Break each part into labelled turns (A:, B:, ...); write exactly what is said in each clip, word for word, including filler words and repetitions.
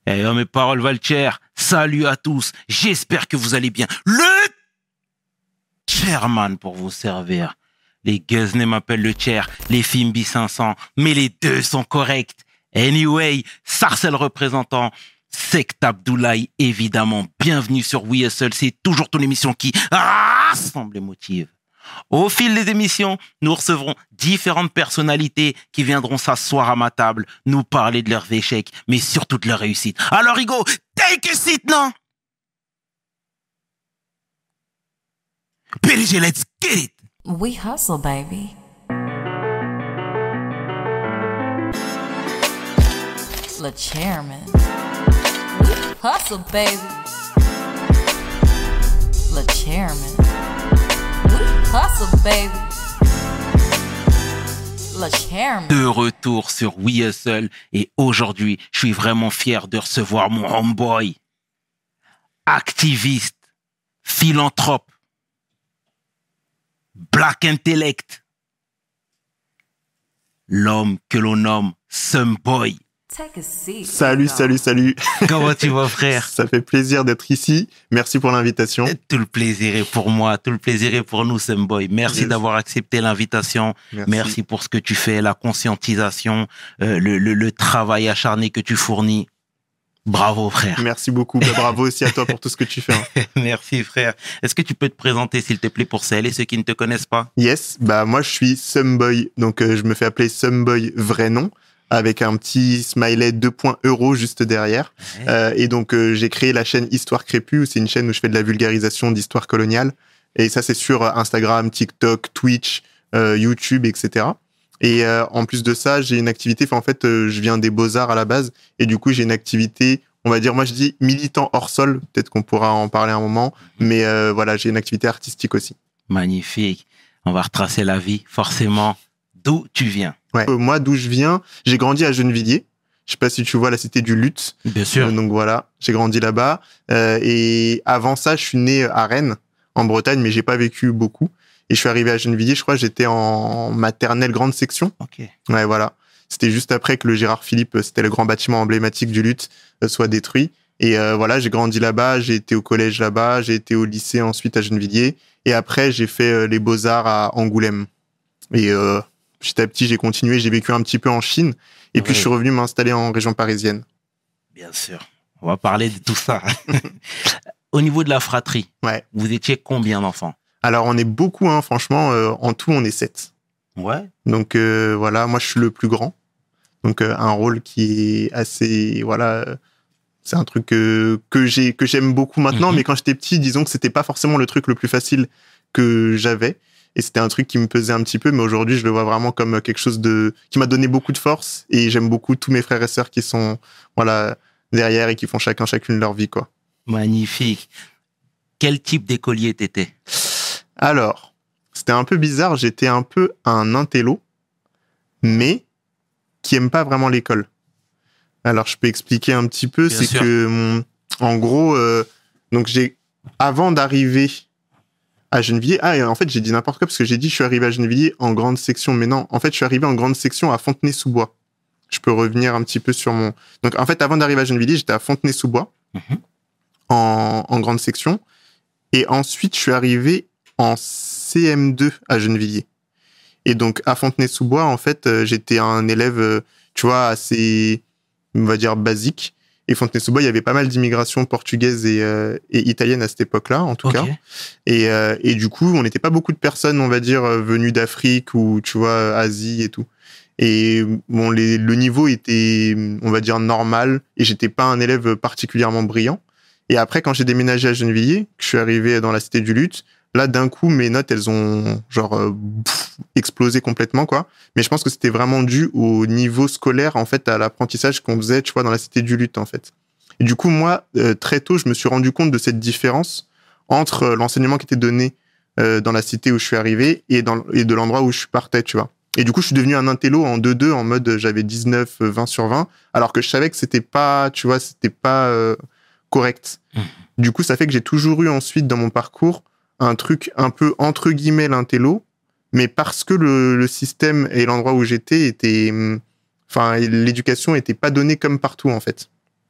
A: Eh, oh, mes paroles valent cher. Salut à tous. J'espère que vous allez bien. Le chairman pour vous servir. Les Guzney m'appellent le chair, les Fimbi cinq cents, mais les deux sont corrects. Anyway, Sarcel représentant, Sect Abdoulaye, évidemment. Bienvenue sur We Hustle, c'est toujours ton émission qui rassemble et motive. Au fil des émissions, nous recevrons différentes personnalités qui viendront s'asseoir à ma table, nous parler de leurs échecs, mais surtout de leurs réussites. Alors, Hugo, take a seat, non? P D G, let's get it!
B: We hustle, baby. Le chairman. We hustle, baby. Le chairman. Hustle, baby. Le chairman.
A: De retour sur We Hustle et aujourd'hui, je suis vraiment fier de recevoir mon homeboy, activiste, philanthrope, black intellect, l'homme que l'on nomme Someboy.
B: Take a seat.
C: Salut, salut, salut.
A: Comment tu vas, frère?
C: Ça fait plaisir d'être ici. Merci pour l'invitation.
A: Tout le plaisir est pour moi, tout le plaisir est pour nous, Someboy. Merci
C: Yes.
A: d'avoir accepté l'invitation.
C: Merci.
A: Merci pour ce que tu fais, la conscientisation, euh, le, le, le travail acharné que tu fournis. Bravo, frère.
C: Merci beaucoup. Bah, bravo aussi à toi pour tout ce que tu fais. hein.
A: Merci, frère. Est-ce que tu peux te présenter, s'il te plaît, pour celles et ceux qui ne te connaissent pas?
C: Yes, bah moi je suis Someboy, donc euh, je me fais appeler Someboy vrai nom, avec un petit smiley deux points euro juste derrière.
A: Ouais.
C: Euh, et donc euh, j'ai créé la chaîne Histoire Crépue, c'est une chaîne où je fais de la vulgarisation d'histoire coloniale. Et ça c'est sur Instagram, TikTok, Twitch, euh, YouTube, et cetera. Et euh, en plus de ça, j'ai une activité, enfin, en fait, euh, je viens des Beaux-Arts à la base, et du coup, j'ai une activité, on va dire, moi je dis militant hors sol, peut-être qu'on pourra en parler un moment, mais euh, voilà, j'ai une activité artistique aussi.
A: Magnifique. On va retracer la vie, forcément. D'où tu viens?
C: Ouais. Euh, moi, d'où je viens, j'ai grandi à Gennevilliers. Je sais pas si tu vois la cité du Luth.
A: Bien sûr.
C: Euh, donc voilà, j'ai grandi là-bas. Euh, et avant ça, je suis né à Rennes, en Bretagne, mais j'ai pas vécu beaucoup. Et je suis arrivé à Gennevilliers, je crois, j'étais en maternelle grande section.
A: Ok.
C: Ouais, voilà. C'était juste après que le Gérard Philippe, c'était le grand bâtiment emblématique du Luth, euh, soit détruit. Et euh, voilà, j'ai grandi là-bas, j'ai été au collège là-bas, j'ai été au lycée ensuite à Gennevilliers. Et après, j'ai fait euh, les Beaux-Arts à Angoulême. Et euh, petit à petit, j'ai continué, j'ai vécu un petit peu en Chine. Et puis,
A: Ouais.
C: je suis revenu m'installer en région parisienne.
A: Bien sûr. On va parler de tout ça. Au niveau de la fratrie,
C: Ouais.
A: vous étiez combien d'enfants?
C: Alors, on est beaucoup, hein, franchement. Euh, en tout, on est sept.
A: Ouais.
C: Donc, euh, voilà, moi, je suis le plus grand. Donc, euh, un rôle qui est assez... Voilà, euh, c'est un truc que, que, j'ai, que j'aime beaucoup maintenant.
A: Mhm.
C: Mais quand j'étais petit, disons que c'était pas forcément le truc le plus facile que j'avais. Et c'était un truc qui me pesait un petit peu. Mais aujourd'hui, je le vois vraiment comme quelque chose de qui m'a donné beaucoup de force. Et j'aime beaucoup tous mes frères et sœurs qui sont voilà, derrière et qui font chacun, chacune leur vie, quoi.
A: Magnifique. Quel type d'écolier t'étais?
C: Alors, c'était un peu bizarre, j'étais un peu un intello, mais qui aime pas vraiment l'école. Alors, je peux expliquer un petit peu,
A: Bien
C: c'est
A: sûr.
C: que, mon- en gros, euh, donc j'ai, avant d'arriver à Gennevilliers, ah, et en fait, j'ai dit n'importe quoi, parce que j'ai dit je suis arrivé à Gennevilliers en grande section, mais non, en fait, je suis arrivé en grande section à Fontenay-sous-Bois. Je peux revenir un petit peu sur mon... Donc, en fait, avant d'arriver à Gennevilliers, j'étais à Fontenay-sous-Bois,
A: Mhm.
C: en, en grande section, et ensuite, je suis arrivé en C M deux à Gennevilliers. Et donc, à Fontenay-sous-Bois, en fait, euh, j'étais un élève, euh, tu vois, assez, on va dire, basique. Et Fontenay-sous-Bois, il y avait pas mal d'immigration portugaise et, euh, et italienne à cette époque-là, en tout
A: Ok.
C: cas. Et, euh, et du coup, on n'était pas beaucoup de personnes, on va dire, euh, venues d'Afrique ou, tu vois, Asie et tout. Et bon, les, le niveau était, on va dire, normal. Et j'étais pas un élève particulièrement brillant. Et après, quand j'ai déménagé à Gennevilliers, que je suis arrivé dans la cité du Luth, là, d'un coup, mes notes, elles ont genre euh, pff, explosé complètement, quoi. Mais je pense que c'était vraiment dû au niveau scolaire, en fait, à l'apprentissage qu'on faisait, tu vois, dans la cité du Luth, en fait. Et du coup, moi, euh, très tôt, je me suis rendu compte de cette différence entre euh, l'enseignement qui était donné euh, dans la cité où je suis arrivé et, dans, et de l'endroit où je partais, tu vois. Et du coup, je suis devenu un intello en deux deux, en mode euh, j'avais dix-neuf, vingt sur vingt, alors que je savais que c'était pas, tu vois, c'était pas euh, correct.
A: Mmh.
C: Du coup, ça fait que j'ai toujours eu ensuite dans mon parcours un truc un peu entre guillemets l'intello, mais parce que le, le système et l'endroit où j'étais étaient, enfin, l'éducation était pas donnée comme partout en fait.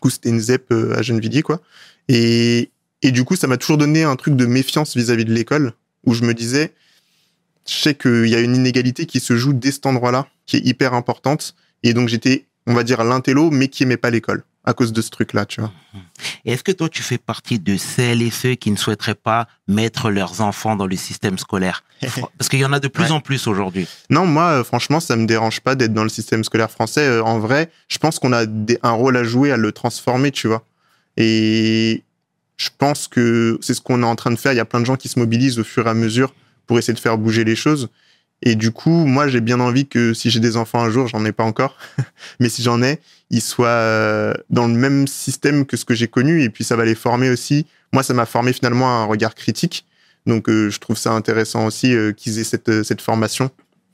C: coup, c'était une Z E P euh, à Gennevilliers, quoi. Et, et du coup, ça m'a toujours donné un truc de méfiance vis-à-vis de l'école, où je me disais, je sais qu'il y a une inégalité qui se joue dès cet endroit-là, qui est hyper importante. Et donc, j'étais, on va dire, l'intello, mais qui aimait pas l'école, à cause de ce truc-là, tu vois.
A: Et est-ce que toi, tu fais partie de celles et ceux qui ne souhaiteraient pas mettre leurs enfants dans le système scolaire? Parce qu'il y en a de plus
C: Ouais.
A: en plus aujourd'hui.
C: Non, moi, euh, franchement, ça me dérange pas d'être dans le système scolaire français. Euh, en vrai, je pense qu'on a des, un rôle à jouer à le transformer, tu vois. Et je pense que c'est ce qu'on est en train de faire. Il y a plein de gens qui se mobilisent au fur et à mesure pour essayer de faire bouger les choses. Et du coup, moi, j'ai bien envie que si j'ai des enfants un jour, j'en ai pas encore, mais si j'en ai, ils soient euh, dans le même système que ce que j'ai connu. Et puis, ça va les former aussi. Moi, ça m'a formé finalement à un regard critique. Donc, euh, je trouve ça intéressant aussi euh, qu'ils aient cette, cette formation.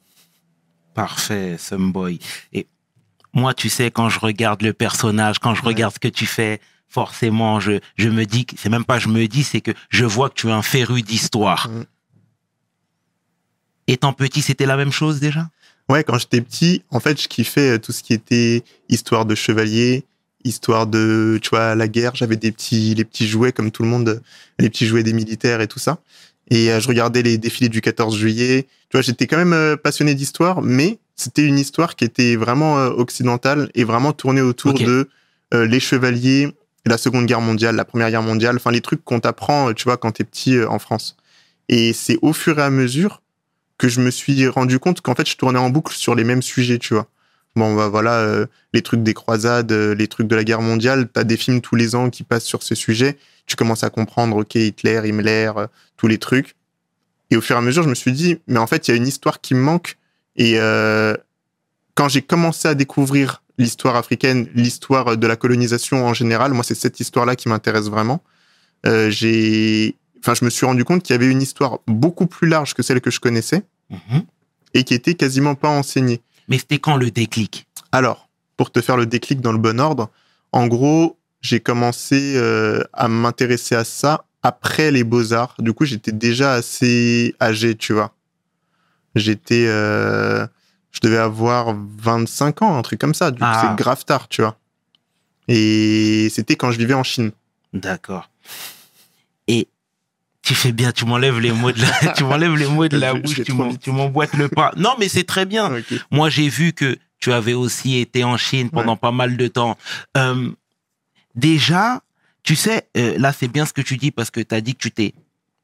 A: Parfait, Someboy. Et moi, tu sais, quand je regarde le personnage, quand je
C: Ouais.
A: regarde ce que tu fais, forcément, je, je me dis, que- c'est même pas je me dis, c'est que je vois que tu es un féru d'histoire.
C: Mm.
A: Étant petit, c'était la même chose déjà?
C: Ouais, quand j'étais petit, en fait, je kiffais euh, tout ce qui était histoire de chevalier, histoire de, tu vois, la guerre. J'avais des petits, les petits jouets comme tout le monde, euh, les petits jouets des militaires et tout ça. Et euh, je regardais les défilés du quatorze juillet. Tu vois, j'étais quand même euh, passionné d'histoire, mais c'était une histoire qui était vraiment euh, occidentale et vraiment tournée autour
A: Ok.
C: de euh, les chevaliers, la Seconde Guerre mondiale, la Première Guerre mondiale, enfin les trucs qu'on t'apprend, euh, tu vois, quand t'es petit euh, en France. Et c'est au fur et à mesure que je me suis rendu compte qu'en fait, je tournais en boucle sur les mêmes sujets, tu vois. Bon, bah voilà, euh, les trucs des croisades, euh, les trucs de la guerre mondiale, t'as des films tous les ans qui passent sur ce sujet. Tu commences à comprendre, ok, Hitler, Himmler, euh, tous les trucs. Et au fur et à mesure, je me suis dit, mais en fait, il y a une histoire qui me manque. Et euh, quand j'ai commencé à découvrir l'histoire africaine, l'histoire de la colonisation en général, moi, c'est cette histoire-là qui m'intéresse vraiment. Euh, j'ai, enfin, je me suis rendu compte qu'il y avait une histoire beaucoup plus large que celle que je connaissais
A: Mhm.
C: et qui était quasiment pas enseignée.
A: Mais c'était quand le déclic?
C: Alors, pour te faire le déclic dans le bon ordre, en gros, j'ai commencé euh, à m'intéresser à ça après les Beaux-Arts. Du coup, j'étais déjà assez âgé, tu vois. J'étais... Euh, je devais avoir vingt-cinq ans, un truc comme ça. Du coup,
A: Ah.
C: c'est grave tard, tu vois. Et c'était quand je vivais en Chine.
A: D'accord. Et tu fais bien, tu m'enlèves les mots de la, tu m'enlèves les mots de la
C: Je-
A: bouche,
C: j'ai
A: tu
C: trop
A: m'en-
C: honte.
A: tu m'emboîtes le pas. Non, mais c'est très bien.
C: Ok.
A: Moi, j'ai vu que tu avais aussi été en Chine pendant
C: Ouais.
A: pas mal de temps. Euh, déjà, tu sais, euh, là, c'est bien ce que tu dis parce que tu as dit que tu t'es,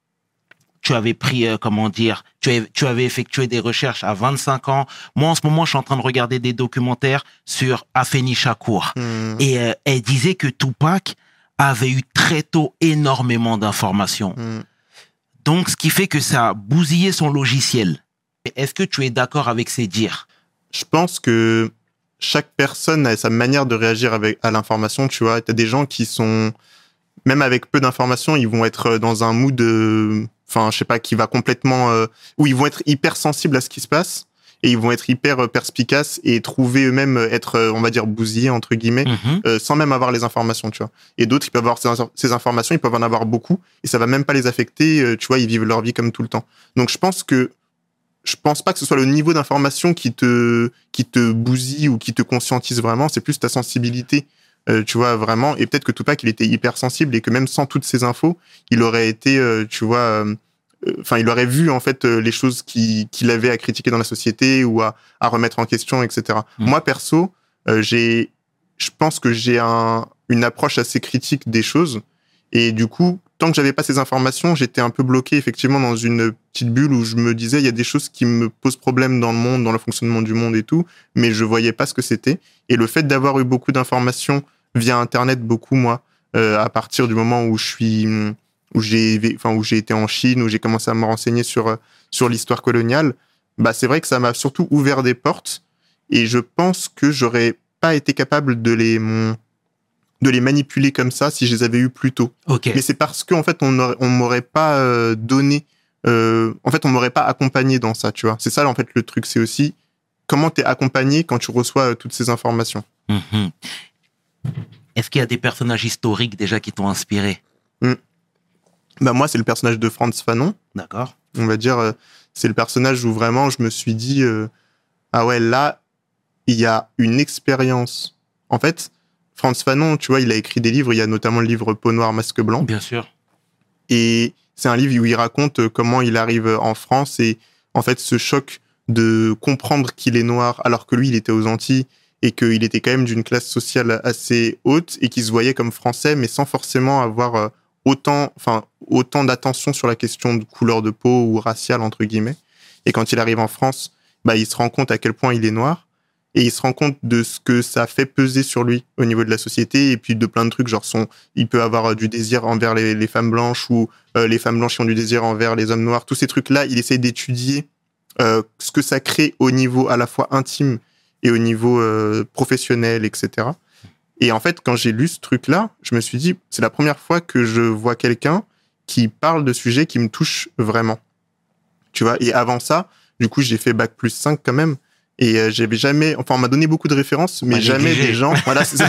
A: tu avais pris, euh, comment dire, tu avais, tu avais effectué des recherches à vingt-cinq ans. Moi, en ce moment, je suis en train de regarder des documentaires sur Afeni Shakur.
C: Hmm.
A: Et euh, elle disait que Tupac avait eu très tôt énormément d'informations.
C: Hmm.
A: Donc, ce qui fait que ça a bousillé son logiciel. Est-ce que tu es d'accord avec ces dires?
C: Je pense que chaque personne a sa manière de réagir avec, à l'information, tu vois. T'as des gens qui sont, même avec peu d'informations, ils vont être dans un mood, euh, enfin, je sais pas, qui va complètement, euh, où ils vont être hyper sensibles à ce qui se passe et ils vont être hyper euh, perspicaces et trouver eux-mêmes être, euh, on va dire, bousillés, entre guillemets,
A: Mhm.
C: euh, sans même avoir les informations, tu vois. Et d'autres, ils peuvent avoir ces, ces informations, ils peuvent en avoir beaucoup et ça va même pas les affecter, euh, tu vois, ils vivent leur vie comme tout le temps. Donc, je pense que je pense pas que ce soit le niveau d'information qui te qui te bousille ou qui te conscientise vraiment, c'est plus ta sensibilité, euh, tu vois, vraiment. Et peut-être que Tupac, il était hyper sensible et que même sans toutes ces infos, il aurait été, euh, tu vois, enfin, euh, il aurait vu en fait euh, les choses qui qu'il avait à critiquer dans la société ou à à remettre en question, et cetera.
A: Mm.
C: Moi, perso, euh, j'ai, je pense que j'ai un une approche assez critique des choses et du coup, tant que j'avais pas ces informations, j'étais un peu bloqué effectivement dans une petite bulle où je me disais il y a des choses qui me posent problème dans le monde, dans le fonctionnement du monde et tout, mais je voyais pas ce que c'était. Et le fait d'avoir eu beaucoup d'informations via Internet, beaucoup moi, euh, à partir du moment où je suis, où j'ai, enfin où j'ai été en Chine, où j'ai commencé à me renseigner sur sur l'histoire coloniale, bah c'est vrai que ça m'a surtout ouvert des portes. Et je pense que j'aurais pas été capable de les de les manipuler comme ça si je les avais eu plus tôt.
A: Ok.
C: Mais c'est parce qu'en fait, on aurait, on m'aurait pas euh, donné, euh, en fait, on m'aurait pas accompagné dans ça, tu vois. C'est ça, en fait, le truc, c'est aussi comment t'es accompagné quand tu reçois euh, toutes ces informations.
A: Mhm. Est-ce qu'il y a des personnages historiques déjà qui t'ont inspiré?
C: Bah moi, c'est le personnage de Frantz Fanon.
A: D'accord.
C: On va dire, euh, c'est le personnage où vraiment je me suis dit, euh, ah ouais, là, il y a une expérience. En fait, Frantz Fanon, tu vois, il a écrit des livres. Il y a notamment le livre Peau noire, masque blanc.
A: Bien sûr.
C: Et c'est un livre où il raconte comment il arrive en France et en fait ce choc de comprendre qu'il est noir alors que lui, il était aux Antilles et qu'il était quand même d'une classe sociale assez haute et qu'il se voyait comme français, mais sans forcément avoir autant, enfin, autant d'attention sur la question de couleur de peau ou raciale, entre guillemets. Et quand il arrive en France, bah, il se rend compte à quel point il est noir et il se rend compte de ce que ça fait peser sur lui au niveau de la société et puis de plein de trucs, genre son, il peut avoir du désir envers les, les femmes blanches ou euh, les femmes blanches qui ont du désir envers les hommes noirs. Tous ces trucs-là, il essaie d'étudier euh, ce que ça crée au niveau à la fois intime et au niveau euh, professionnel, et cetera. Et en fait, quand j'ai lu ce truc-là, je me suis dit, c'est la première fois que je vois quelqu'un qui parle de sujets qui me touchent vraiment. Tu vois, et avant ça, du coup, j'ai fait bac plus cinq quand même. Et euh, j'avais jamais, enfin, on m'a donné beaucoup de références, mais jamais
A: négligé.
C: des gens, voilà, c'est ça.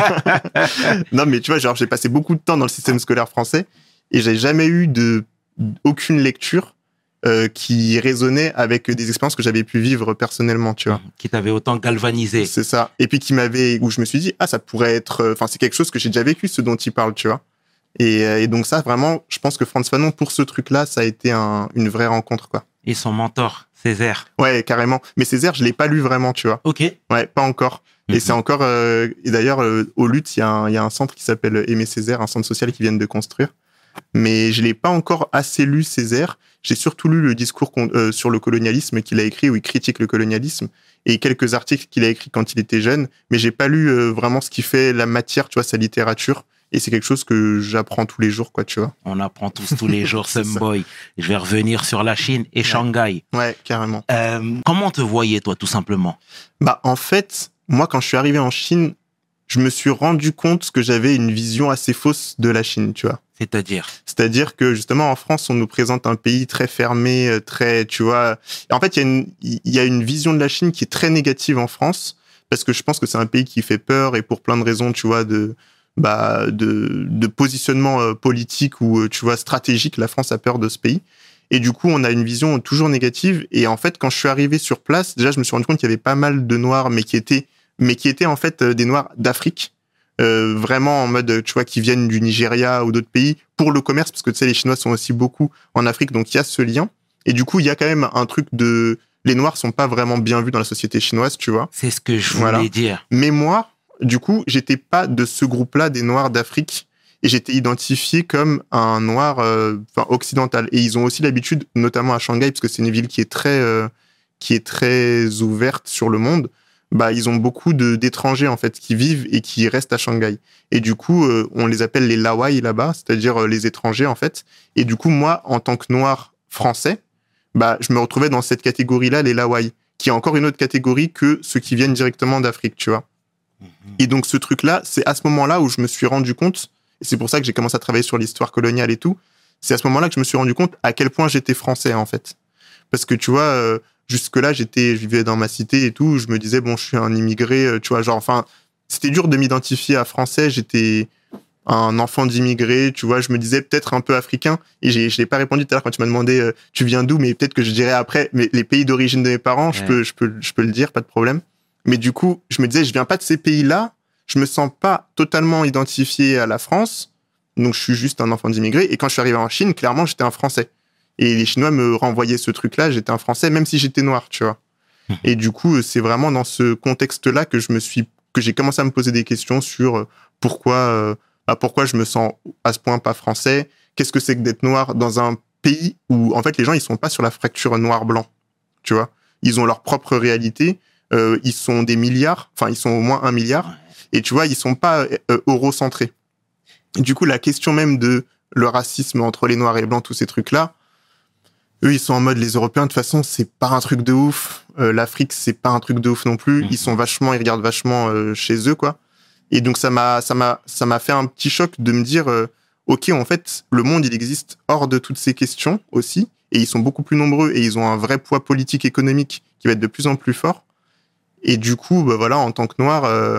C: Non, mais tu vois, genre, j'ai passé beaucoup de temps dans le système scolaire français et j'ai jamais eu de, aucune lecture euh, qui résonnait avec des expériences que j'avais pu vivre personnellement, tu vois.
A: Qui t'avait autant galvanisé.
C: C'est ça. Et puis qui m'avait, où je me suis dit, ah, ça pourrait être, enfin, c'est quelque chose que j'ai déjà vécu, ce dont il parle, tu vois. Et, et donc ça, vraiment, je pense que Frantz Fanon, pour ce truc-là, ça a été un, une vraie rencontre, quoi.
A: Et son mentor, Césaire.
C: Ouais, carrément. Mais Césaire, je l'ai pas lu vraiment, tu vois.
A: Ok.
C: Ouais, pas encore.
A: Mm-hmm.
C: Et c'est encore, euh, et d'ailleurs, euh, au Luth, il y a un, il y a un centre qui s'appelle Aimé Césaire, un centre social qu'ils viennent de construire. Mais je l'ai pas encore assez lu, Césaire. J'ai surtout lu le discours euh, sur le colonialisme qu'il a écrit, où il critique le colonialisme, et quelques articles qu'il a écrits quand il était jeune. Mais j'ai pas lu euh, vraiment ce qui fait la matière, tu vois, sa littérature. Et c'est quelque chose que j'apprends tous les jours, quoi, tu vois.
A: On apprend tous tous les jours, Sumboy. Je vais revenir sur la Chine et
C: ouais.
A: Shanghai.
C: Ouais, carrément.
A: Euh, comment te voyais, toi, tout simplement?
C: Bah, en fait, moi, quand je suis arrivé en Chine, je me suis rendu compte que j'avais une vision assez fausse de la Chine, tu vois.
A: C'est-à-dire?
C: C'est-à-dire que, justement, en France, on nous présente un pays très fermé, très, tu vois. Et en fait, il y a une, il y a une vision de la Chine qui est très négative en France, parce que je pense que c'est un pays qui fait peur et pour plein de raisons, tu vois, de, bah, de, de positionnement euh, politique ou, euh, tu vois, stratégique. La France a peur de ce pays. Et du coup, on a une vision toujours négative. Et en fait, quand je suis arrivé sur place, déjà, je me suis rendu compte qu'il y avait pas mal de Noirs, mais qui étaient, mais qui étaient en fait euh, des Noirs d'Afrique. Euh, vraiment en mode, tu vois, qui viennent du Nigeria ou d'autres pays pour le commerce, parce que tu sais, les Chinois sont aussi beaucoup en Afrique, donc il y a ce lien. Et du coup, il y a quand même un truc de... Les Noirs sont pas vraiment bien vus dans la société chinoise, tu vois.
A: C'est ce que je voulais
C: Voilà.
A: dire.
C: Mais moi, du coup, j'étais pas de ce groupe-là des Noirs d'Afrique, et j'étais identifié comme un Noir euh, enfin, occidental. Et ils ont aussi l'habitude, notamment à Shanghai, parce que c'est une ville qui est très, euh, qui est très ouverte sur le monde, bah, ils ont beaucoup de, d'étrangers, en fait, qui vivent et qui restent à Shanghai. Et du coup, euh, on les appelle les Lawai là-bas, c'est-à-dire euh, les étrangers, en fait. Et du coup, moi, en tant que Noir français, bah, je me retrouvais dans cette catégorie-là, les Lawai, qui est encore une autre catégorie que ceux qui viennent directement d'Afrique, tu vois. Mmh. Et donc, ce truc-là, c'est à ce moment-là où je me suis rendu compte, et c'est pour ça que j'ai commencé à travailler sur l'histoire coloniale et tout, c'est à ce moment-là que je me suis rendu compte à quel point j'étais français, en fait. Parce que, tu vois... Euh, Jusque-là, j'étais, je vivais dans ma cité et tout. Je me disais, bon, je suis un immigré, tu vois, genre, enfin, c'était dur de m'identifier à français. J'étais un enfant d'immigré, tu vois. Je me disais peut-être un peu africain. Et j'ai, je l'ai pas répondu tout à l'heure quand tu m'as demandé, euh, tu viens d'où? Mais peut-être que je dirais après, mais les pays d'origine de mes parents, ouais. je peux, je peux, je peux le dire, pas de problème. Mais du coup, je me disais, je viens pas de ces pays-là. Je me sens pas totalement identifié à la France. Donc, je suis juste un enfant d'immigré. Et quand je suis arrivé en Chine, clairement, j'étais un Français. Et les Chinois me renvoyaient ce truc-là, j'étais un Français, même si j'étais noir, tu vois. Mmh. Et du coup, c'est vraiment dans ce contexte-là que je me suis, que j'ai commencé à me poser des questions sur pourquoi, euh, bah pourquoi je me sens à ce point pas français. Qu'est-ce que c'est que d'être noir dans un pays où, en fait, les gens, ils sont pas sur la fracture noir-blanc, tu vois. Ils ont leur propre réalité. Euh, ils sont des milliards, enfin, ils sont au moins un milliard. Et tu vois, ils sont pas euh, eurocentrés. Et du coup, la question même de le racisme entre les noirs et les blancs, tous ces trucs-là, eux, ils sont en mode, les Européens, de toute façon, c'est pas un truc de ouf. Euh, L'Afrique, c'est pas un truc de ouf non plus. Mmh. Ils sont vachement, ils regardent vachement euh, chez eux, quoi. Et donc, ça m'a, ça m'a, ça m'a fait un petit choc de me dire, euh, OK, en fait, le monde, il existe hors de toutes ces questions aussi. Et ils sont beaucoup plus nombreux et ils ont un vrai poids politique, économique qui va être de plus en plus fort. Et du coup, bah voilà, en tant que noir, euh,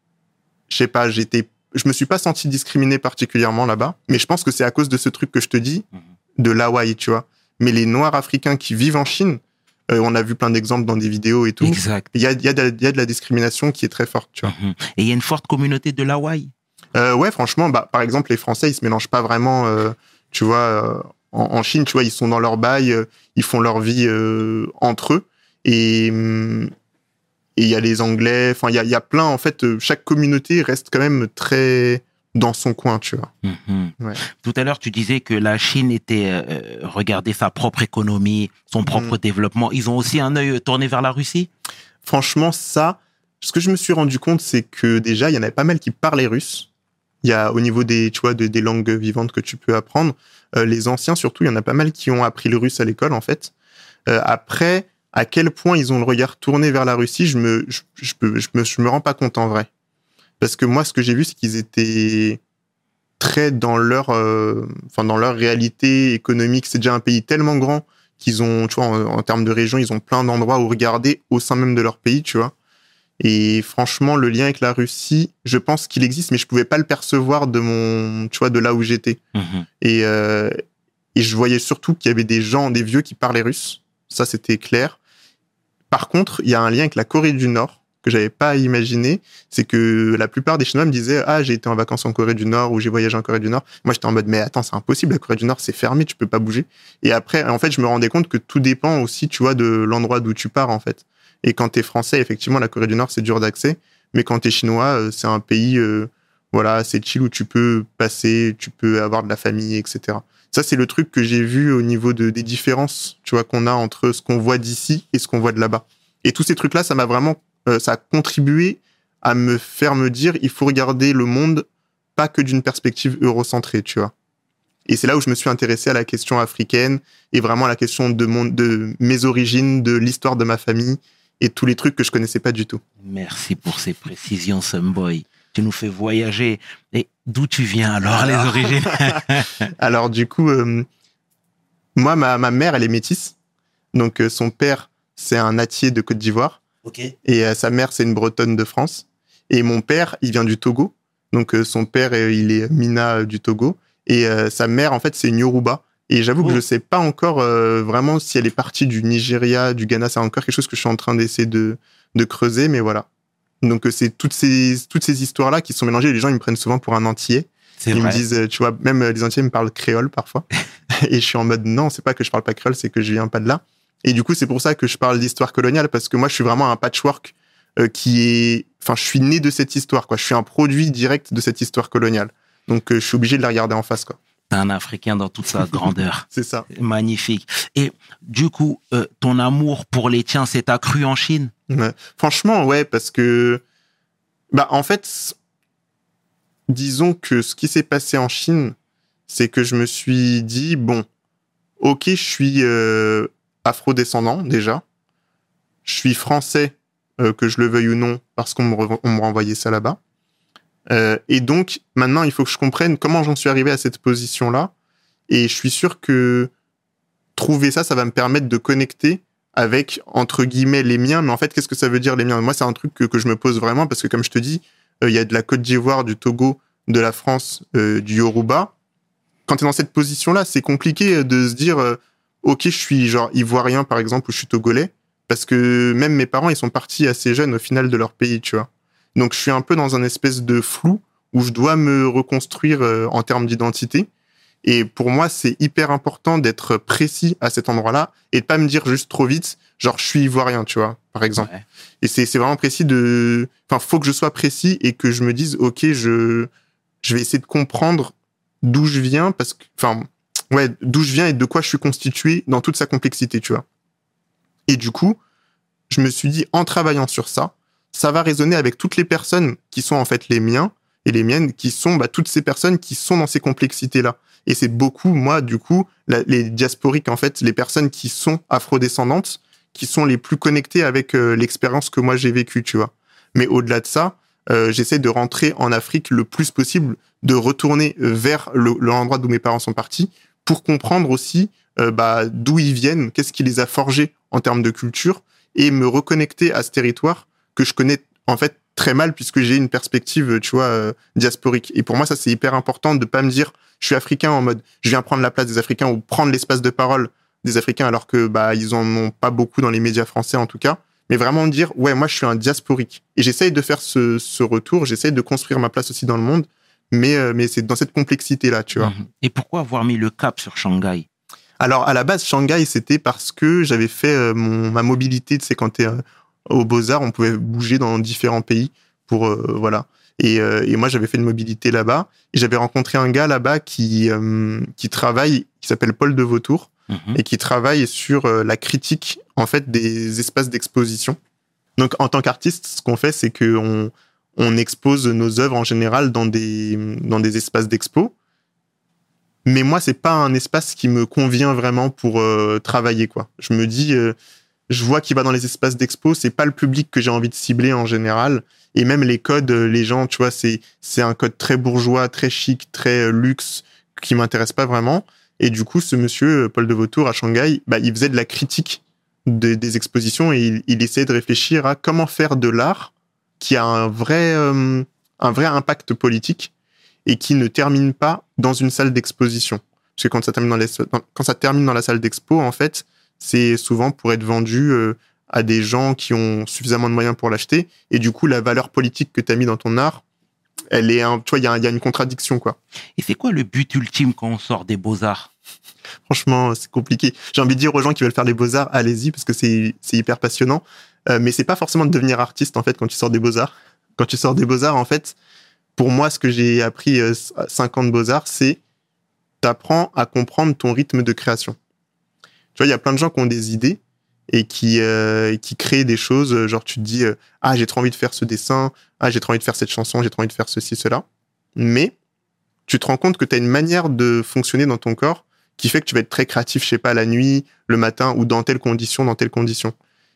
C: je sais pas, j'étais, je me suis pas senti discriminé particulièrement là-bas. Mais je pense que c'est à cause de ce truc que je te dis, de l'Hawaï, tu vois. Mais les Noirs africains qui vivent en Chine, Euh, on a vu plein d'exemples dans des vidéos et tout.
A: Exact.
C: Il y a, il y, a de, il y a de la discrimination qui est très forte, tu vois.
A: Mhm. Et il y a une forte communauté de l'Hawaï.
C: Euh, ouais, franchement, bah, par exemple, les Français, ils se mélangent pas vraiment, euh, tu vois, euh, en, en Chine, tu vois, ils sont dans leur bail, euh, ils font leur vie euh, entre eux. Et hum, et il y a les Anglais, enfin, il y a, il y a plein, en fait, euh, chaque communauté reste quand même très dans son coin, tu vois.
A: Mhm.
C: Ouais.
A: Tout à l'heure, tu disais que la Chine était euh, regardait sa propre économie, son propre
C: Mhm.
A: développement. Ils ont aussi un œil tourné vers la Russie.
C: Franchement, ça, ce que je me suis rendu compte, c'est que déjà, il y en avait pas mal qui parlaient russe. Il y a, au niveau des, tu vois, de- des langues vivantes que tu peux apprendre, euh, les anciens surtout, il y en a pas mal qui ont appris le russe à l'école, en fait. Euh, après, à quel point ils ont le regard tourné vers la Russie, je me, je, je, peux, je me, je me rends pas compte en vrai. Parce que moi, ce que j'ai vu, c'est qu'ils étaient très dans leur, euh, enfin, dans leur réalité économique. C'est déjà un pays tellement grand qu'ils ont, tu vois, en, en termes de région, ils ont plein d'endroits où regarder au sein même de leur pays, tu vois. Et franchement, le lien avec la Russie, je pense qu'il existe, mais je pouvais pas le percevoir de mon, tu vois, de là où j'étais.
A: Mhm.
C: Et, euh, et je voyais surtout qu'il y avait des gens, des vieux qui parlaient russe. Ça, c'était clair. Par contre, il y a un lien avec la Corée du Nord que j'avais pas imaginé. C'est que la plupart des Chinois me disaient « Ah, j'ai été en vacances en Corée du Nord » ou « J'ai voyagé en Corée du Nord ». Moi, j'étais en mode « Mais attends, c'est impossible, la Corée du Nord, c'est fermé, tu peux pas bouger. » Et après, en fait, je me rendais compte que tout dépend aussi, tu vois, de l'endroit d'où tu pars, en fait. Et quand t'es français, effectivement, la Corée du Nord, c'est dur d'accès. Mais quand t'es chinois, euh, c'est un pays, euh, voilà, assez chill où tu peux passer, tu peux avoir de la famille, et cetera. Ça, c'est le truc que j'ai vu au niveau de, des différences, tu vois, qu'on a entre ce qu'on voit d'ici et ce qu'on voit de là-bas. Et tous ces trucs-là, ça m'a vraiment, euh, ça a contribué à me faire me dire, il faut regarder le monde pas que d'une perspective eurocentrée, tu vois. Et c'est là où je me suis intéressé à la question africaine et vraiment à la question de, mon, de mes origines, de l'histoire de ma famille et tous les trucs que je connaissais pas du tout.
A: Merci pour ces précisions, Someboy. Tu nous fais voyager. Et d'où tu viens alors, les origines?
C: Alors du coup, euh, moi, ma, ma mère, elle est métisse. Donc euh, son père, c'est un nattier de Côte d'Ivoire.
A: Ok.
C: Et euh, sa mère, c'est une Bretonne de France. Et mon père, il vient du Togo. Donc euh, son père, euh, il est Mina euh, du Togo. Et euh, sa mère, en fait, c'est une Yoruba. Et j'avoue
A: Oh.
C: que je sais pas encore euh, vraiment si elle est partie du Nigeria, du Ghana. C'est encore quelque chose que je suis en train d'essayer de, de creuser, mais voilà. Donc euh, c'est toutes ces, toutes ces histoires-là qui sont mélangées. Les gens, ils me prennent souvent pour un Antillais.
A: C'est
C: Ils
A: vrai.
C: me disent, euh, tu vois, même euh, les Antillais me parlent créole parfois. Et je suis en mode, non, c'est pas que je parle pas créole, c'est que je viens pas de là. Et du coup, c'est pour ça que je parle d'histoire coloniale, parce que moi, je suis vraiment un patchwork euh, qui est... Enfin, je suis né de cette histoire, quoi. Je suis un produit direct de cette histoire coloniale. Donc, euh, je suis obligé de la regarder en face, quoi.
A: T'es un Africain dans toute sa grandeur.
C: C'est ça.
A: Magnifique. Et du coup, euh, ton amour pour les tiens s'est accru en Chine?
C: Ouais. Franchement, ouais, parce que... Bah, en fait, disons que ce qui s'est passé en Chine, c'est que je me suis dit, bon, ok, je suis euh, afro-descendant, déjà. Je suis français, euh, que je le veuille ou non, parce qu'on me, re- on me renvoyait ça là-bas. Euh, et donc, maintenant, il faut que je comprenne comment j'en suis arrivé à cette position-là. Et je suis sûr que trouver ça, ça va me permettre de connecter avec, entre guillemets, les miens. Mais en fait, qu'est-ce que ça veut dire, les miens? Moi, c'est un truc que, que je me pose vraiment, parce que comme je te dis, il euh, y a de la Côte d'Ivoire, du Togo, de la France, euh, du Yoruba. Quand tu es dans cette position-là, c'est compliqué de se dire, euh, ok, je suis genre ivoirien, par exemple, ou je suis togolais, parce que même mes parents, ils sont partis assez jeunes au final de leur pays, tu vois. Donc, je suis un peu dans un espèce de flou où je dois me reconstruire euh, en termes d'identité. Et pour moi, c'est hyper important d'être précis à cet endroit-là et de pas me dire juste trop vite, genre, je suis ivoirien, tu vois, par exemple.
A: Ouais.
C: Et c'est, c'est vraiment précis de... Enfin, faut que je sois précis et que je me dise, ok, je, je vais essayer de comprendre d'où je viens, parce que... Enfin, ouais, d'où je viens et de quoi je suis constitué dans toute sa complexité, tu vois. Et du coup, je me suis dit, en travaillant sur ça, ça va résonner avec toutes les personnes qui sont en fait les miens et les miennes, qui sont bah, toutes ces personnes qui sont dans ces complexités-là. Et c'est beaucoup, moi, du coup, la, les diasporiques, en fait, les personnes qui sont afrodescendantes, qui sont les plus connectées avec euh, l'expérience que moi j'ai vécue, tu vois. Mais au-delà de ça, euh, j'essaie de rentrer en Afrique le plus possible, de retourner vers le, l'endroit d'où mes parents sont partis, pour comprendre aussi euh, bah, d'où ils viennent, qu'est-ce qui les a forgés en termes de culture, et me reconnecter à ce territoire que je connais en fait très mal, puisque j'ai une perspective, tu vois, euh, diasporique. Et pour moi, ça, c'est hyper important de pas me dire, je suis africain en mode, je viens prendre la place des Africains ou prendre l'espace de parole des Africains, alors que bah ils en ont pas beaucoup dans les médias français en tout cas. Mais vraiment dire, ouais, moi je suis un diasporique. Et j'essaye de faire ce, ce retour, j'essaye de construire ma place aussi dans le monde, mais, euh, mais c'est dans cette complexité-là, tu vois.
A: Et pourquoi avoir mis le cap sur Shanghai?
C: Alors, à la base, Shanghai, c'était parce que j'avais fait euh, mon, ma mobilité, tu sais, quand t'es euh, aux Beaux-Arts, on pouvait bouger dans différents pays pour, euh, voilà. Et, euh, et moi, j'avais fait une mobilité là-bas, et j'avais rencontré un gars là-bas qui, euh, qui travaille, qui s'appelle Paul de Vautour,
A: Mm-hmm.
C: et qui travaille sur euh, la critique, en fait, des espaces d'exposition. Donc, en tant qu'artiste, ce qu'on fait, c'est qu'on on expose nos œuvres en général dans des, dans des espaces d'expo. Mais moi, c'est pas un espace qui me convient vraiment pour euh, travailler, quoi. Je me dis, euh, je vois qu'il va dans les espaces d'expo, c'est pas le public que j'ai envie de cibler en général. Et même les codes, les gens, tu vois, c'est, c'est un code très bourgeois, très chic, très euh, luxe, qui m'intéresse pas vraiment. Et du coup, ce monsieur, Paul de Vautour, à Shanghai, bah, il faisait de la critique de, des expositions et il, il essayait de réfléchir à comment faire de l'art qui a un vrai, euh, un vrai impact politique et qui ne termine pas dans une salle d'exposition. Parce que quand ça termine dans, les, quand ça termine dans la salle d'expo, en fait, c'est souvent pour être vendu euh, à des gens qui ont suffisamment de moyens pour l'acheter. Et du coup, la valeur politique que tu as mis dans ton art, elle est un, tu vois, il y a, y a une contradiction, quoi.
A: Et c'est quoi le but ultime quand on sort des Beaux-Arts?
C: Franchement, c'est compliqué. J'ai envie de dire aux gens qui veulent faire les Beaux-Arts, allez-y, parce que c'est, c'est hyper passionnant. Euh, mais c'est pas forcément de devenir artiste, en fait, quand tu sors des Beaux-Arts. Quand tu sors des Beaux-Arts, en fait, pour moi, ce que j'ai appris euh, cinq ans de Beaux-Arts, c'est t'apprends à comprendre ton rythme de création. Tu vois, il y a plein de gens qui ont des idées et qui, euh, qui créent des choses, genre tu te dis euh, « Ah, j'ai trop envie de faire ce dessin, ah, j'ai trop envie de faire cette chanson, j'ai trop envie de faire ceci, cela. » Mais tu te rends compte que tu as une manière de fonctionner dans ton corps qui fait que tu vas être très créatif, je sais pas, la nuit, le matin, ou dans telle condition, dans telle condition.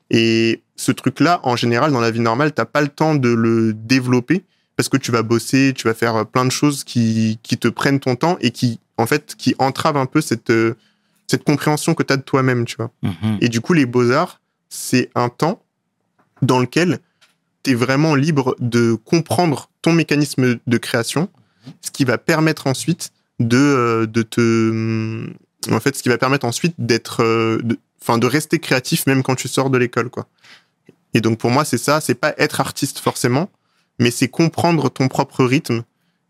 C: Et ce truc-là, en général, dans la vie normale, t'as pas le temps de le développer parce que tu vas bosser, tu vas faire plein de choses qui, qui te prennent ton temps et qui, en fait, qui entravent un peu cette, cette compréhension que t'as de toi-même, tu vois.
A: Mm-hmm.
C: Et du coup, les beaux-arts, c'est un temps dans lequel t'es vraiment libre de comprendre ton mécanisme de création, ce qui va permettre ensuite de, de te... En fait, ce qui va permettre ensuite d'être... De, enfin, de rester créatif même quand tu sors de l'école, quoi. Et donc, pour moi, c'est ça. C'est pas être artiste, forcément, mais c'est comprendre ton propre rythme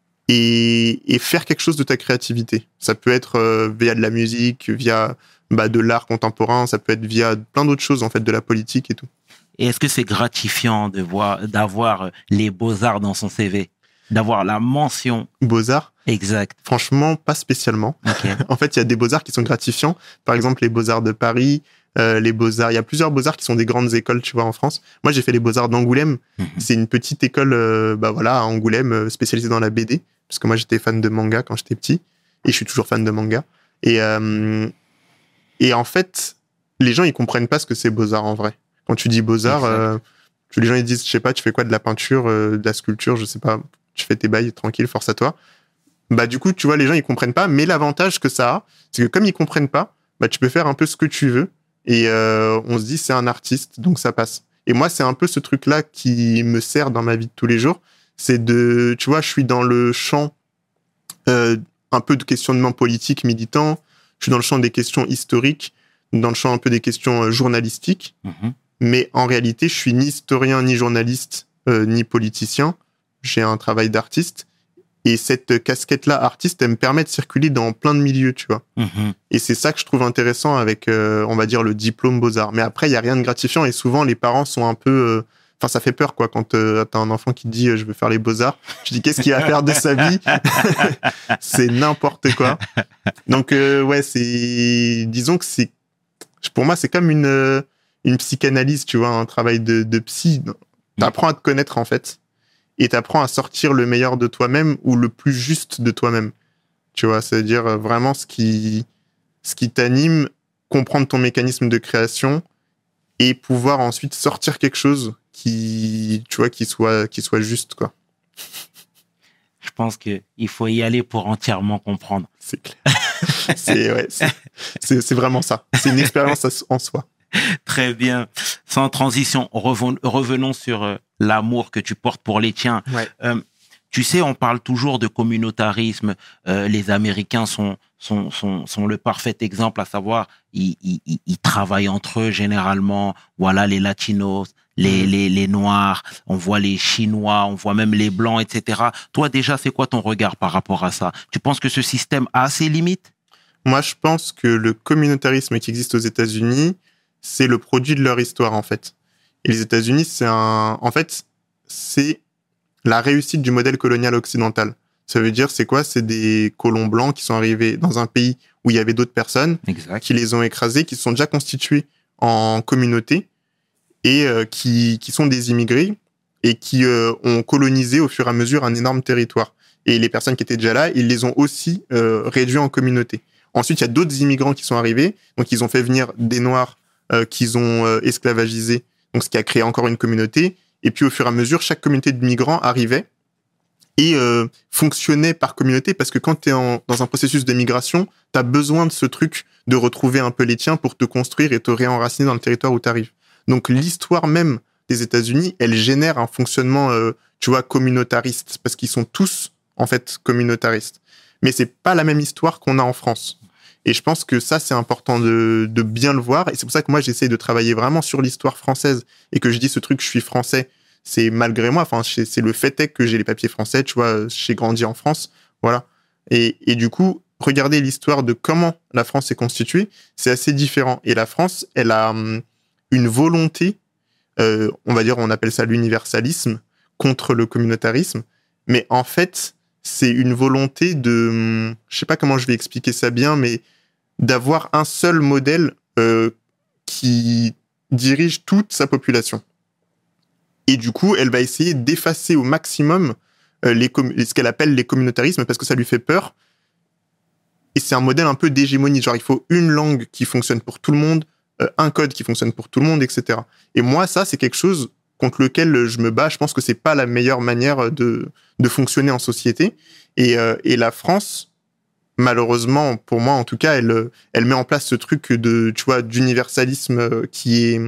C: et, et faire quelque chose de ta créativité. Ça peut être euh, via de la musique, via bah, de l'art contemporain, ça peut être via plein d'autres choses, en fait, de la politique et tout.
A: Et est-ce que c'est gratifiant de voir, d'avoir les Beaux-Arts dans son C V? D'avoir la mention
C: Beaux-Arts?
A: Exact.
C: Franchement, pas spécialement.
A: Okay.
C: En fait, il y a des Beaux-Arts qui sont gratifiants. Par exemple, les Beaux-Arts de Paris, euh, les Beaux-Arts... Il y a plusieurs Beaux-Arts qui sont des grandes écoles, tu vois, en France. Moi, j'ai fait les Beaux-Arts d'Angoulême. Mm-hmm. C'est une petite école, euh, bah voilà, à Angoulême, euh, spécialisée dans la B D. Parce que moi, j'étais fan de manga quand j'étais petit. Et je suis toujours fan de manga. Et, euh, et en fait, les gens, ils comprennent pas ce que c'est Beaux-Arts, en vrai. Quand tu dis Beaux-Arts, euh, les gens, ils disent, je sais pas, tu fais quoi, de la peinture, euh, de la sculpture, je sais pas... Tu fais tes bails, tranquille, force à toi. Bah, du coup, tu vois, les gens, ils comprennent pas. Mais l'avantage que ça a, c'est que comme ils comprennent pas, bah, tu peux faire un peu ce que tu veux. Et euh, on se dit, c'est un artiste, donc ça passe. Et moi, c'est un peu ce truc-là qui me sert dans ma vie de tous les jours. C'est de, tu vois, je suis dans le champ euh, un peu de questionnement politique militant. Je suis dans le champ des questions historiques, dans le champ un peu des questions euh, journalistiques. Mm-hmm. Mais en réalité, je suis ni historien, ni journaliste, euh, ni politicien. J'ai un travail d'artiste et cette casquette-là, artiste, elle me permet de circuler dans plein de milieux, tu vois. Mmh. Et c'est ça que je trouve intéressant avec, euh, on va dire, le diplôme Beaux-Arts. Mais après, il y a rien de gratifiant et souvent, les parents sont un peu... Enfin, euh, ça fait peur, quoi, quand euh, t'as un enfant qui te dit euh, « je veux faire les Beaux-Arts ». Je dis « qu'est-ce qu'il va faire de sa vie ?» C'est n'importe quoi. Donc, euh, ouais, c'est... Disons que c'est... Pour moi, c'est comme une, euh, une psychanalyse, tu vois, un travail de, de psy. T'apprends à te connaître, en fait. Et t'apprends à sortir le meilleur de toi-même ou le plus juste de toi-même. Tu vois, c'est-à-dire vraiment ce qui, ce qui t'anime, comprendre ton mécanisme de création et pouvoir ensuite sortir quelque chose qui, tu vois, qui soit, qui soit juste, quoi.
A: Je pense qu'il faut y aller pour entièrement comprendre.
C: C'est clair. c'est, ouais, c'est, c'est, c'est vraiment ça. C'est une expérience en soi.
A: Très bien. Sans transition, revenons sur euh, l'amour que tu portes pour les tiens.
C: Ouais.
A: Euh, Tu sais, on parle toujours de communautarisme. Euh, les Américains sont, sont, sont, sont le parfait exemple, à savoir, ils, ils, ils travaillent entre eux généralement. Voilà, les Latinos, les, les, les Noirs, on voit les Chinois, on voit même les Blancs, et cetera. Toi, déjà, c'est quoi ton regard par rapport à ça? Tu penses que ce système a ses limites?
C: Moi, je pense que le communautarisme qui existe aux États-Unis, c'est le produit de leur histoire, en fait. Et les États-Unis, c'est un... En fait, c'est la réussite du modèle colonial occidental. Ça veut dire, c'est quoi? C'est des colons blancs qui sont arrivés dans un pays où il y avait d'autres personnes,
A: Exact.
C: qui les ont écrasés, qui se sont déjà constitués en communauté et euh, qui, qui sont des immigrés et qui euh, ont colonisé au fur et à mesure un énorme territoire. Et les personnes qui étaient déjà là, ils les ont aussi euh, réduits en communauté. Ensuite, il y a d'autres immigrants qui sont arrivés, donc ils ont fait venir des Noirs euh, qu'ils ont euh, esclavagisés, donc ce qui a créé encore une communauté. Et puis, au fur et à mesure, chaque communauté de migrants arrivait et euh, fonctionnait par communauté, parce que quand tu es dans un processus de migration, tu as besoin de ce truc de retrouver un peu les tiens pour te construire et te réenraciner dans le territoire où tu arrives. Donc, l'histoire même des États-Unis, elle génère un fonctionnement, euh, tu vois, communautariste, parce qu'ils sont tous, en fait, communautaristes. Mais c'est pas la même histoire qu'on a en France. Et je pense que ça, c'est important de, de bien le voir. Et c'est pour ça que moi, j'essaie de travailler vraiment sur l'histoire française. Et que je dis ce truc, je suis français, c'est malgré moi. Enfin, c'est le fait est que j'ai les papiers français, tu vois, j'ai grandi en France. Voilà. Et, et du coup, regarder l'histoire de comment la France est constituée, c'est assez différent. Et la France, elle a hum, une volonté, euh, on va dire, on appelle ça l'universalisme, contre le communautarisme. Mais en fait, c'est une volonté de, je sais pas comment je vais expliquer ça bien, mais d'avoir un seul modèle euh, qui dirige toute sa population. Et du coup, elle va essayer d'effacer au maximum euh, les ce qu'elle appelle les communautarismes, parce que ça lui fait peur. Et c'est un modèle un peu d'hégémonie. Genre, il faut une langue qui fonctionne pour tout le monde, euh, un code qui fonctionne pour tout le monde, et cetera. Et moi, ça, c'est quelque chose contre lequel je me bats. Je pense que c'est pas la meilleure manière de, de fonctionner en société. Et, euh, et la France, malheureusement, pour moi en tout cas, elle, elle met en place ce truc de, tu vois, d'universalisme qui est,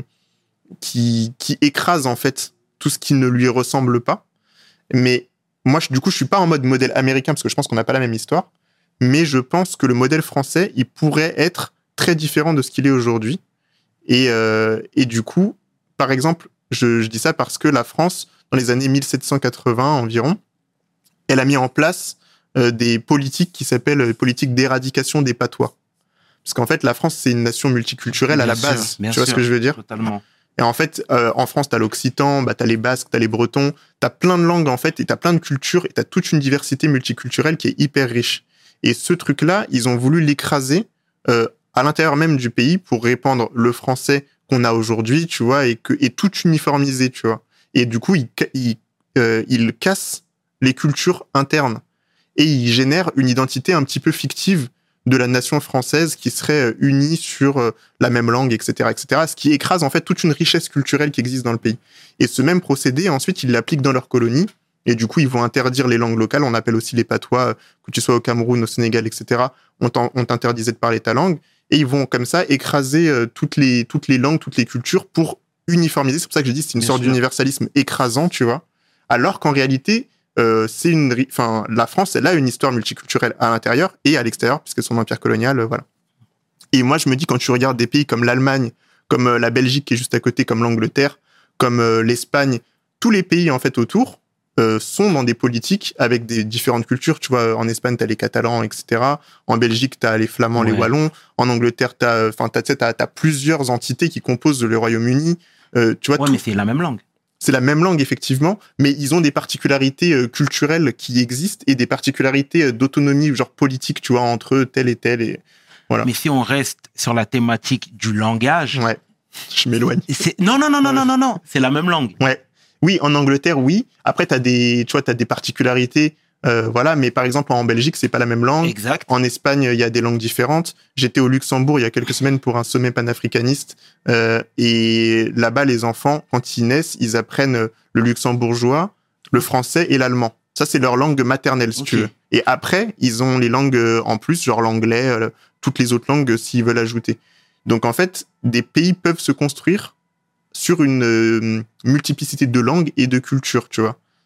C: qui, qui écrase en fait tout ce qui ne lui ressemble pas. Mais moi, je, du coup, je suis pas en mode modèle américain parce que je pense qu'on n'a pas la même histoire. Mais je pense que le modèle français, il pourrait être très différent de ce qu'il est aujourd'hui. Et, euh, et du coup, par exemple, Je, je dis ça parce que la France, dans les années mille sept cent quatre-vingts environ, elle a mis en place euh, des politiques qui s'appellent euh, politiques d'éradication des patois. Parce qu'en fait, la France, c'est une nation multiculturelle bien à la sûr, base. Tu vois sûr, ce que je veux dire?
A: Totalement.
C: Et en fait, euh, en France, t'as l'occitan, bah, t'as les basques, t'as les bretons, t'as plein de langues en fait, et t'as plein de cultures, et t'as toute une diversité multiculturelle qui est hyper riche. Et ce truc-là, ils ont voulu l'écraser euh, à l'intérieur même du pays pour répandre le français qu'on a aujourd'hui, tu vois, et, que, et tout uniformiser, tu vois. Et du coup, il, il, euh, il casse les cultures internes et il génère une identité un petit peu fictive de la nation française qui serait unie sur euh, la même langue, et cetera, et cetera, ce qui écrase en fait toute une richesse culturelle qui existe dans le pays. Et ce même procédé, ensuite, ils l'appliquent dans leur colonie et du coup, ils vont interdire les langues locales, on appelle aussi les patois, que tu sois au Cameroun, au Sénégal, et cetera, on t'interdisait de parler ta langue. Et ils vont comme ça écraser euh, toutes les toutes les langues, toutes les cultures pour uniformiser. C'est pour ça que j'ai dit c'est une Bien sorte sûr. d'universalisme écrasant, tu vois. Alors qu'en réalité, euh, c'est une, enfin la France, elle a une histoire multiculturelle à l'intérieur et à l'extérieur puisque son empire colonial, euh, voilà. Et moi, je me dis quand tu regardes des pays comme l'Allemagne, comme euh, la Belgique qui est juste à côté, comme l'Angleterre, comme euh, l'Espagne, tous les pays en fait autour. Euh, sont dans des politiques avec des différentes cultures. Tu vois, en Espagne, t'as les Catalans, et cetera. En Belgique, t'as les Flamands, ouais. les Wallons. En Angleterre, t'as, enfin, t'as, t'as, t'as plusieurs entités qui composent le Royaume-Uni. Euh, tu vois,
A: ouais,
C: tout...
A: mais c'est la même langue.
C: C'est la même langue, effectivement, mais ils ont des particularités euh, culturelles qui existent et des particularités euh, d'autonomie, genre politique, tu vois, entre eux, tel et tel. Et... Voilà.
A: Mais si on reste sur la thématique du langage...
C: Ouais, je m'éloigne.
A: C'est... Non, non, non, non, non, non, non, c'est la même langue.
C: Ouais. Oui, en Angleterre, oui. Après, t'as des, tu vois, t'as des particularités, euh, voilà. Mais par exemple, en Belgique, c'est pas la même langue.
A: Exact.
C: En Espagne, il y a des langues différentes. J'étais au Luxembourg il y a quelques semaines pour un sommet panafricaniste, euh, et là-bas, les enfants, quand ils naissent, ils apprennent le luxembourgeois, le français et l'allemand. Ça, c'est leur langue maternelle, si okay. tu veux. Et après, ils ont les langues en plus, genre l'anglais, euh, toutes les autres langues s'ils veulent ajouter. Donc, en fait, des pays peuvent se construire sur une euh, multiplicité de langues et de cultures, tu vois.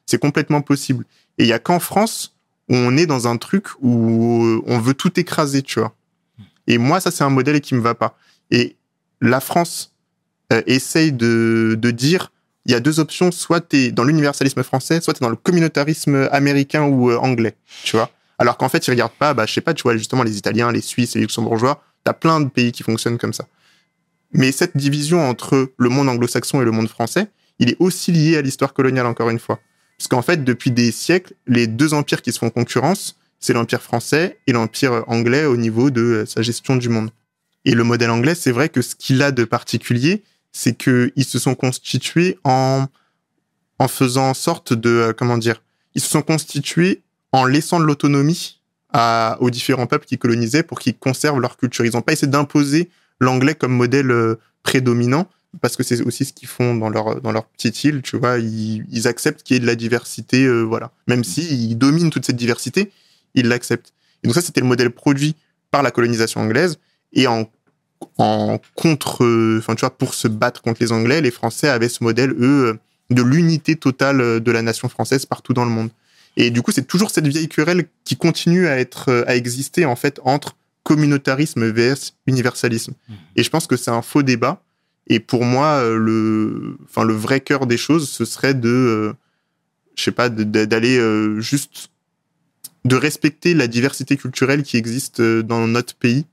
C: C'est complètement possible. Et il y a qu'en France où on est dans un truc où on veut tout écraser, tu vois. Et moi, ça, c'est un modèle qui me va pas. Et la France euh, essaye de, de dire, il y a deux options, soit t'es dans l'universalisme français, soit t'es dans le communautarisme américain ou euh, anglais, tu vois. Alors qu'en fait, ils regardent pas, bah, je sais pas, tu vois, justement, les Italiens, les Suisses, les Luxembourgeois, t'as plein de pays qui fonctionnent comme ça. Mais cette division entre le monde anglo-saxon et le monde français, il est aussi lié à l'histoire coloniale, encore une fois. Parce qu'en fait, depuis des siècles, les deux empires qui se font concurrence, c'est l'empire français et l'empire anglais au niveau de sa gestion du monde. Et le modèle anglais, c'est vrai que ce qu'il a de particulier, c'est qu'ils se sont constitués en, en faisant en sorte de, euh, comment dire, ils se sont constitués en laissant de l'autonomie à, aux différents peuples qui colonisaient pour qu'ils conservent leur culture. Ils n'ont pas essayé d'imposer l'anglais comme modèle euh, prédominant, parce que c'est aussi ce qu'ils font dans leur, dans leur petite île, tu vois, ils, ils acceptent qu'il y ait de la diversité, euh, voilà. Même s'ils dominent toute cette diversité, ils l'acceptent. Et donc ça, c'était le modèle produit par la colonisation anglaise, et en en contre, enfin tu vois, pour se battre contre les Anglais, les Français avaient ce modèle, eux, de l'unité totale de la nation française partout dans le monde. Et du coup, c'est toujours cette vieille querelle qui continue à être, à exister en fait entre communautarisme versus universalisme. Mmh. Et je pense que c'est un faux débat. Et pour moi, le, enfin le vrai cœur des choses, ce serait de, euh, je sais pas, de, de, d'aller euh, juste de respecter la diversité culturelle qui existe dans notre pays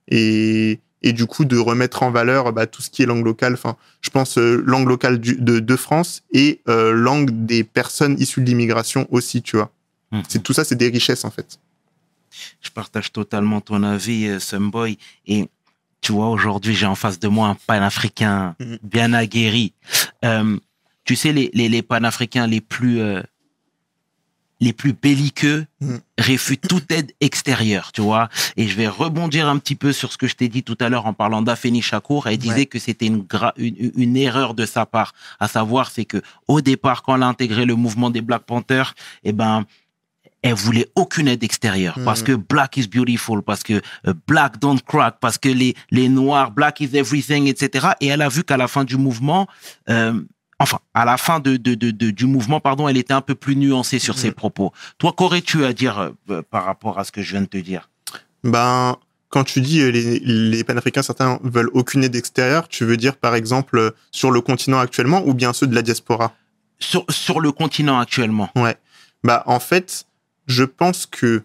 C: et et du coup de remettre en valeur bah, tout ce qui est langue locale. Enfin, je pense euh, langue locale du, de, de France et euh, langue des personnes issues de l'immigration aussi, tu vois. Mmh. C'est tout ça, c'est des richesses en fait.
A: Je partage totalement ton avis, euh, Sumboy. Et tu vois, aujourd'hui, j'ai en face de moi un panafricain mmh. bien aguerri. Euh, tu sais, les, les, les panafricains les plus euh, les plus belliqueux mmh. réfutent toute aide extérieure, tu vois. Et je vais rebondir un petit peu sur ce que je t'ai dit tout à l'heure en parlant d'Afeni Chakour. Elle disait ouais. que c'était une, gra- une, une erreur de sa part. À savoir, c'est que au départ, quand elle a intégré le mouvement des Black Panthers, eh ben, elle voulait aucune aide extérieure. Mmh. Parce que Black is beautiful, parce que uh, Black don't crack, parce que les, les Noirs, Black is everything, et cetera. Et elle a vu qu'à la fin du mouvement, euh, Enfin, à la fin de, de, de, de, du mouvement, pardon, elle était un peu plus nuancée sur mmh. ses propos. Toi, qu'aurais-tu à dire euh, par rapport à ce que je viens de te dire ?
C: Ben, quand tu dis euh, les, les panafricains, certains veulent aucune aide extérieure, tu veux dire, par exemple, euh, sur le continent actuellement ou bien ceux de la diaspora ?
A: Sur, sur le continent actuellement.
C: Ouais. Bah, en fait, je pense que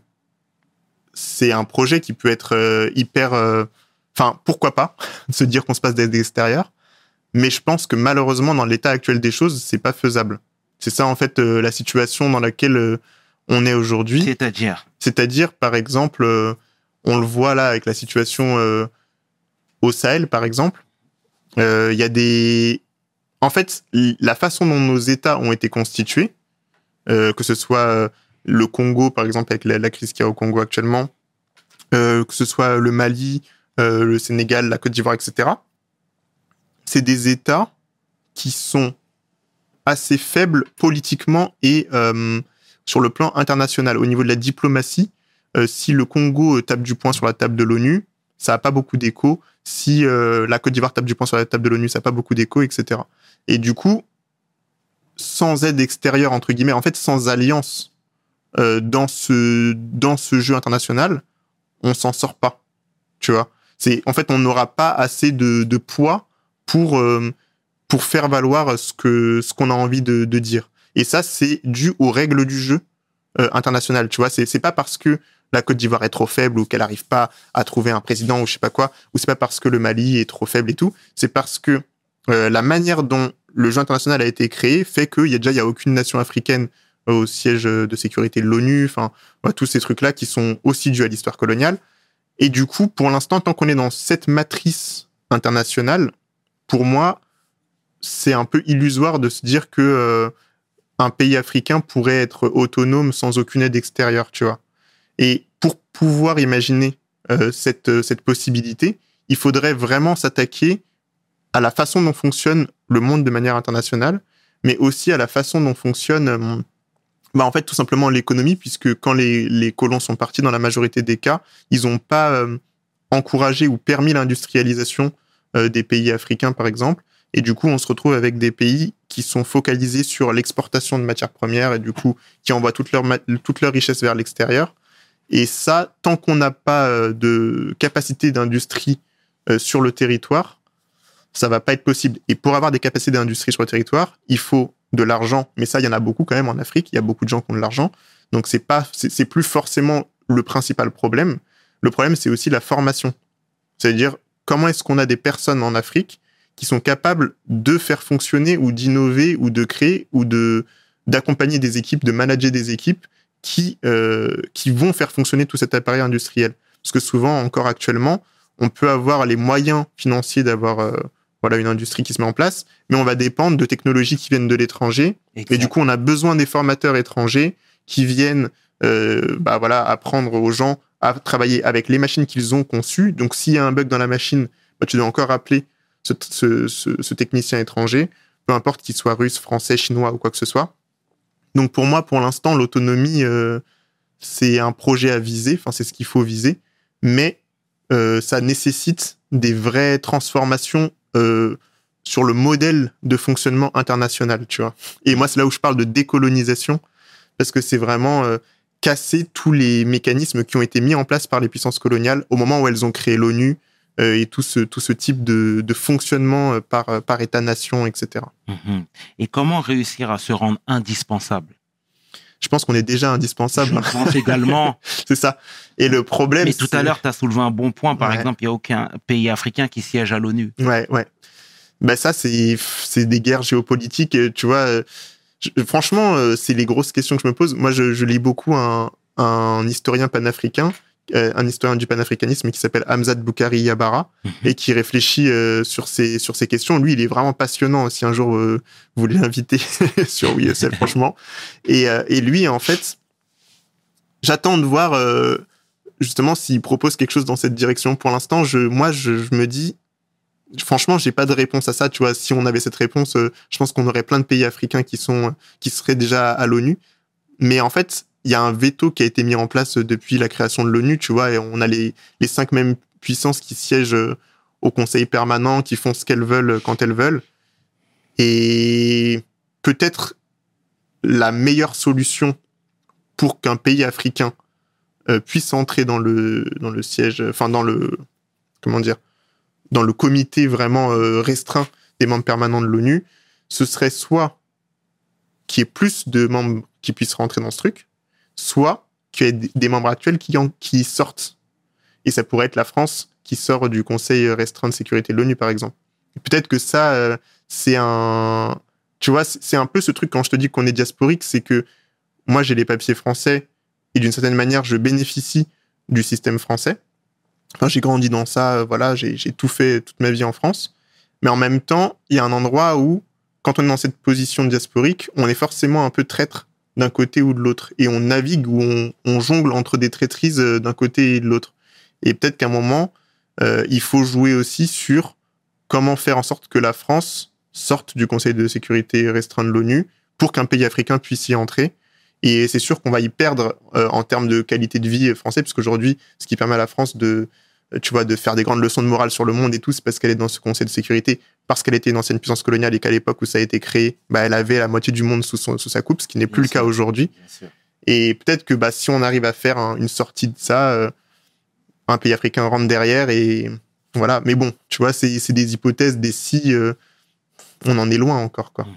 C: c'est un projet qui peut être euh, hyper... Enfin, euh, pourquoi pas se dire qu'on se passe d'aide extérieure ? Mais je pense que malheureusement, dans l'état actuel des choses, c'est pas faisable. C'est ça, en fait, euh, la situation dans laquelle euh, on est aujourd'hui.
A: C'est-à-dire ?
C: C'est-à-dire, par exemple, euh, on le voit là avec la situation euh, au Sahel, par exemple. Il euh, y a des... En fait, la façon dont nos États ont été constitués, euh, que ce soit euh, le Congo, par exemple, avec la, la crise qu'il y a au Congo actuellement, euh, que ce soit le Mali, euh, le Sénégal, la Côte d'Ivoire, et cetera, c'est des États qui sont assez faibles politiquement et euh, sur le plan international. Au niveau de la diplomatie, euh, si le Congo tape du poing sur la table de l'ONU, ça n'a pas beaucoup d'écho. Si euh, la Côte d'Ivoire tape du poing sur la table de l'ONU, ça n'a pas beaucoup d'écho, et cetera. Et du coup, sans aide extérieure, entre guillemets, en fait, sans alliance euh, dans, ce, dans ce jeu international, on s'en sort pas, tu vois. C'est, en fait, on n'aura pas assez de, de poids pour euh, pour faire valoir ce que ce qu'on a envie de, de dire. Et ça, c'est dû aux règles du jeu euh, international. Tu vois, c'est c'est pas parce que la Côte d'Ivoire est trop faible ou qu'elle arrive pas à trouver un président ou je sais pas quoi, ou c'est pas parce que le Mali est trop faible et tout. C'est parce que euh, la manière dont le jeu international a été créé fait qu'il y a déjà il y a aucune nation africaine au siège de sécurité de l'ONU. Enfin, voilà, tous ces trucs là qui sont aussi dus à l'histoire coloniale. Et du coup, pour l'instant, tant qu'on est dans cette matrice internationale, pour moi, c'est un peu illusoire de se dire que euh, un pays africain pourrait être autonome sans aucune aide extérieure, tu vois. Et pour pouvoir imaginer euh, cette, cette possibilité, il faudrait vraiment s'attaquer à la façon dont fonctionne le monde de manière internationale, mais aussi à la façon dont fonctionne, euh, bah en fait, tout simplement l'économie, puisque quand les, les colons sont partis, dans la majorité des cas, ils n'ont pas euh, encouragé ou permis l'industrialisation euh, des pays africains, par exemple. Et du coup, on se retrouve avec des pays qui sont focalisés sur l'exportation de matières premières et du coup, qui envoient toute leur, ma- toute leur richesse vers l'extérieur. Et ça, tant qu'on n'a pas euh, de capacité d'industrie euh, sur le territoire, ça va pas être possible. Et pour avoir des capacités d'industrie sur le territoire, il faut de l'argent. Mais ça, il y en a beaucoup quand même en Afrique. Il y a beaucoup de gens qui ont de l'argent. Donc, c'est pas, c'est, c'est plus forcément le principal problème. Le problème, c'est aussi la formation. C'est-à-dire, comment est-ce qu'on a des personnes en Afrique qui sont capables de faire fonctionner ou d'innover ou de créer ou de, d'accompagner des équipes, de manager des équipes qui, euh, qui vont faire fonctionner tout cet appareil industriel. Parce que souvent, encore actuellement, on peut avoir les moyens financiers d'avoir euh, voilà, une industrie qui se met en place, mais on va dépendre de technologies qui viennent de l'étranger. Exact. Et du coup, on a besoin des formateurs étrangers qui viennent euh, bah, voilà, apprendre aux gens à travailler avec les machines qu'ils ont conçues. Donc, s'il y a un bug dans la machine, bah, tu dois encore appeler ce, ce, ce, ce technicien étranger, peu importe qu'il soit russe, français, chinois ou quoi que ce soit. Donc, pour moi, pour l'instant, l'autonomie, euh, c'est un projet à viser. Enfin, c'est ce qu'il faut viser. Mais euh, ça nécessite des vraies transformations euh, sur le modèle de fonctionnement international, tu vois. Et moi, c'est là où je parle de décolonisation, parce que c'est vraiment euh, casser tous les mécanismes qui ont été mis en place par les puissances coloniales au moment où elles ont créé l'ONU euh, et tout ce, tout ce type de, de fonctionnement par, par État-nation, et cetera.
A: Mmh. Et comment réussir à se rendre indispensable ?
C: Je pense qu'on est déjà indispensable.
A: Je pense également.
C: C'est ça. Et le problème,
A: Mais tout
C: c'est...
A: à l'heure, tu as soulevé un bon point. Par
C: ouais.
A: exemple, il n'y a aucun pays africain qui siège à l'ONU.
C: Ouais, ouais. Ben ça, c'est, c'est des guerres géopolitiques. Tu vois, je, franchement, c'est les grosses questions que je me pose. Moi, je, je lis beaucoup un, un historien panafricain, euh, un historien du panafricanisme qui s'appelle Hamzat Boukari Yabara, mmh. et qui réfléchit euh, sur, ces, sur ces questions. Lui, il est vraiment passionnant. Si un jour euh, vous voulez l'inviter sur Oui E S L, franchement. Et, euh, et lui, en fait, j'attends de voir euh, justement s'il propose quelque chose dans cette direction. Pour l'instant, je, moi, je, je me dis, franchement, j'ai pas de réponse à ça. Tu vois, si on avait cette réponse, euh, je pense qu'on aurait plein de pays africains qui sont, qui seraient déjà à l'ONU. Mais en fait, il y a un veto qui a été mis en place depuis la création de l'ONU, tu vois, et on a les, les cinq mêmes puissances qui siègent au Conseil permanent, qui font ce qu'elles veulent quand elles veulent. Et peut-être la meilleure solution pour qu'un pays africain euh, puisse entrer dans le, dans le siège, enfin, dans le, comment dire, dans le comité vraiment euh, restreint des membres permanents de l'ONU, ce serait soit qu'il y ait plus de membres qui puissent rentrer dans ce truc, soit qu'il y ait des membres actuels qui, en, qui sortent. Et ça pourrait être la France qui sort du Conseil restreint de sécurité de l'ONU, par exemple. Et peut-être que ça, euh, c'est un... Tu vois, c'est un peu ce truc, quand je te dis qu'on est diasporique, c'est que moi, j'ai les papiers français et d'une certaine manière, je bénéficie du système français. Enfin, j'ai grandi dans ça, voilà, j'ai, j'ai tout fait toute ma vie en France. Mais en même temps, il y a un endroit où, quand on est dans cette position diasporique, on est forcément un peu traître d'un côté ou de l'autre. Et on navigue ou on, on jongle entre des traîtrises d'un côté et de l'autre. Et peut-être qu'à un moment, euh, il faut jouer aussi sur comment faire en sorte que la France sorte du Conseil de sécurité restreint de l'ONU pour qu'un pays africain puisse y entrer. Et c'est sûr qu'on va y perdre euh, en termes de qualité de vie français, parce qu'aujourd'hui, ce qui permet à la France de, tu vois, de faire des grandes leçons de morale sur le monde et tout, c'est parce qu'elle est dans ce Conseil de sécurité, parce qu'elle était une ancienne puissance coloniale et qu'à l'époque où ça a été créé, bah, elle avait la moitié du monde sous, son, sous sa coupe, ce qui n'est plus Bien le sûr. Cas aujourd'hui. Et peut-être que bah, si on arrive à faire un, une sortie de ça, euh, un pays africain rentre derrière et voilà. Mais bon, tu vois, c'est, c'est des hypothèses, des si, euh, on en est loin encore, quoi.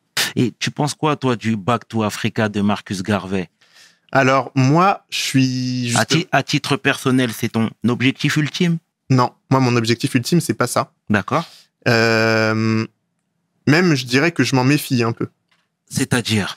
A: Et tu penses quoi, toi, du Back to Africa de Marcus Garvey ?
C: Alors, moi, je suis... Juste...
A: À, ti- à titre personnel, c'est ton objectif ultime ?
C: Non, moi, mon objectif ultime, c'est pas ça.
A: D'accord.
C: Euh... Même, je dirais que je m'en méfie un peu.
A: C'est-à-dire ?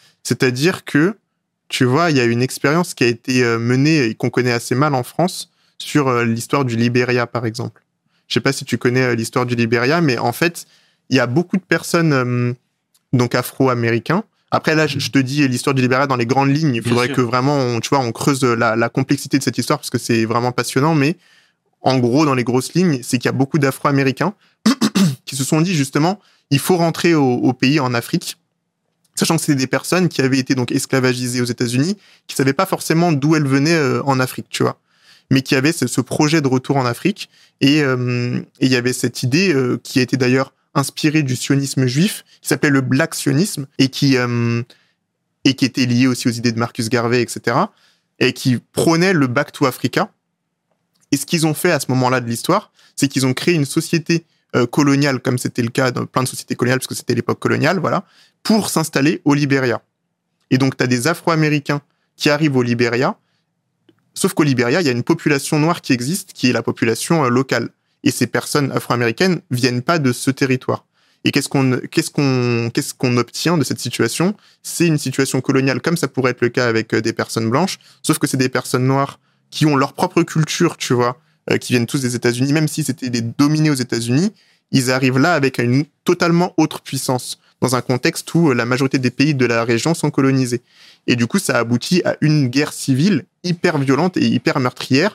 C: C'est-à-dire que, tu vois, il y a une expérience qui a été menée et qu'on connaît assez mal en France sur l'histoire du Libéria, par exemple. Je sais pas si tu connais l'histoire du Libéria, mais en fait, il y a beaucoup de personnes... Euh, donc afro-américains. Après, là, je te dis l'histoire du Libéria dans les grandes lignes. Il faudrait que vraiment, on, tu vois, on creuse la, la complexité de cette histoire parce que c'est vraiment passionnant. Mais en gros, dans les grosses lignes, c'est qu'il y a beaucoup d'afro-américains qui se sont dit, justement, il faut rentrer au, au pays, en Afrique, sachant que c'est des personnes qui avaient été donc esclavagisées aux États-Unis, qui savaient pas forcément d'où elles venaient euh, en Afrique, tu vois, mais qui avaient ce, ce projet de retour en Afrique. Et euh, et il y avait cette idée euh, qui a été d'ailleurs inspiré du sionisme juif, qui s'appelait le Black Sionisme, et qui, euh, et qui était lié aussi aux idées de Marcus Garvey, et cetera, et qui prônait le Back to Africa. Et ce qu'ils ont fait à ce moment-là de l'histoire, c'est qu'ils ont créé une société euh, coloniale, comme c'était le cas dans plein de sociétés coloniales, parce que c'était l'époque coloniale, voilà, pour s'installer au Libéria. Et donc, tu as des Afro-Américains qui arrivent au Libéria, sauf qu'au Libéria, il y a une population noire qui existe, qui est la population euh, locale. Et ces personnes afro-américaines viennent pas de ce territoire. Et qu'est-ce qu'on, qu'est-ce qu'on, qu'est-ce qu'on obtient de cette situation? C'est une situation coloniale, comme ça pourrait être le cas avec euh, des personnes blanches, sauf que c'est des personnes noires qui ont leur propre culture, tu vois, euh, qui viennent tous des États-Unis, même si c'était des dominés aux États-Unis, ils arrivent là avec une totalement autre puissance, dans un contexte où la majorité des pays de la région sont colonisés. Et du coup, ça aboutit à une guerre civile hyper violente et hyper meurtrière,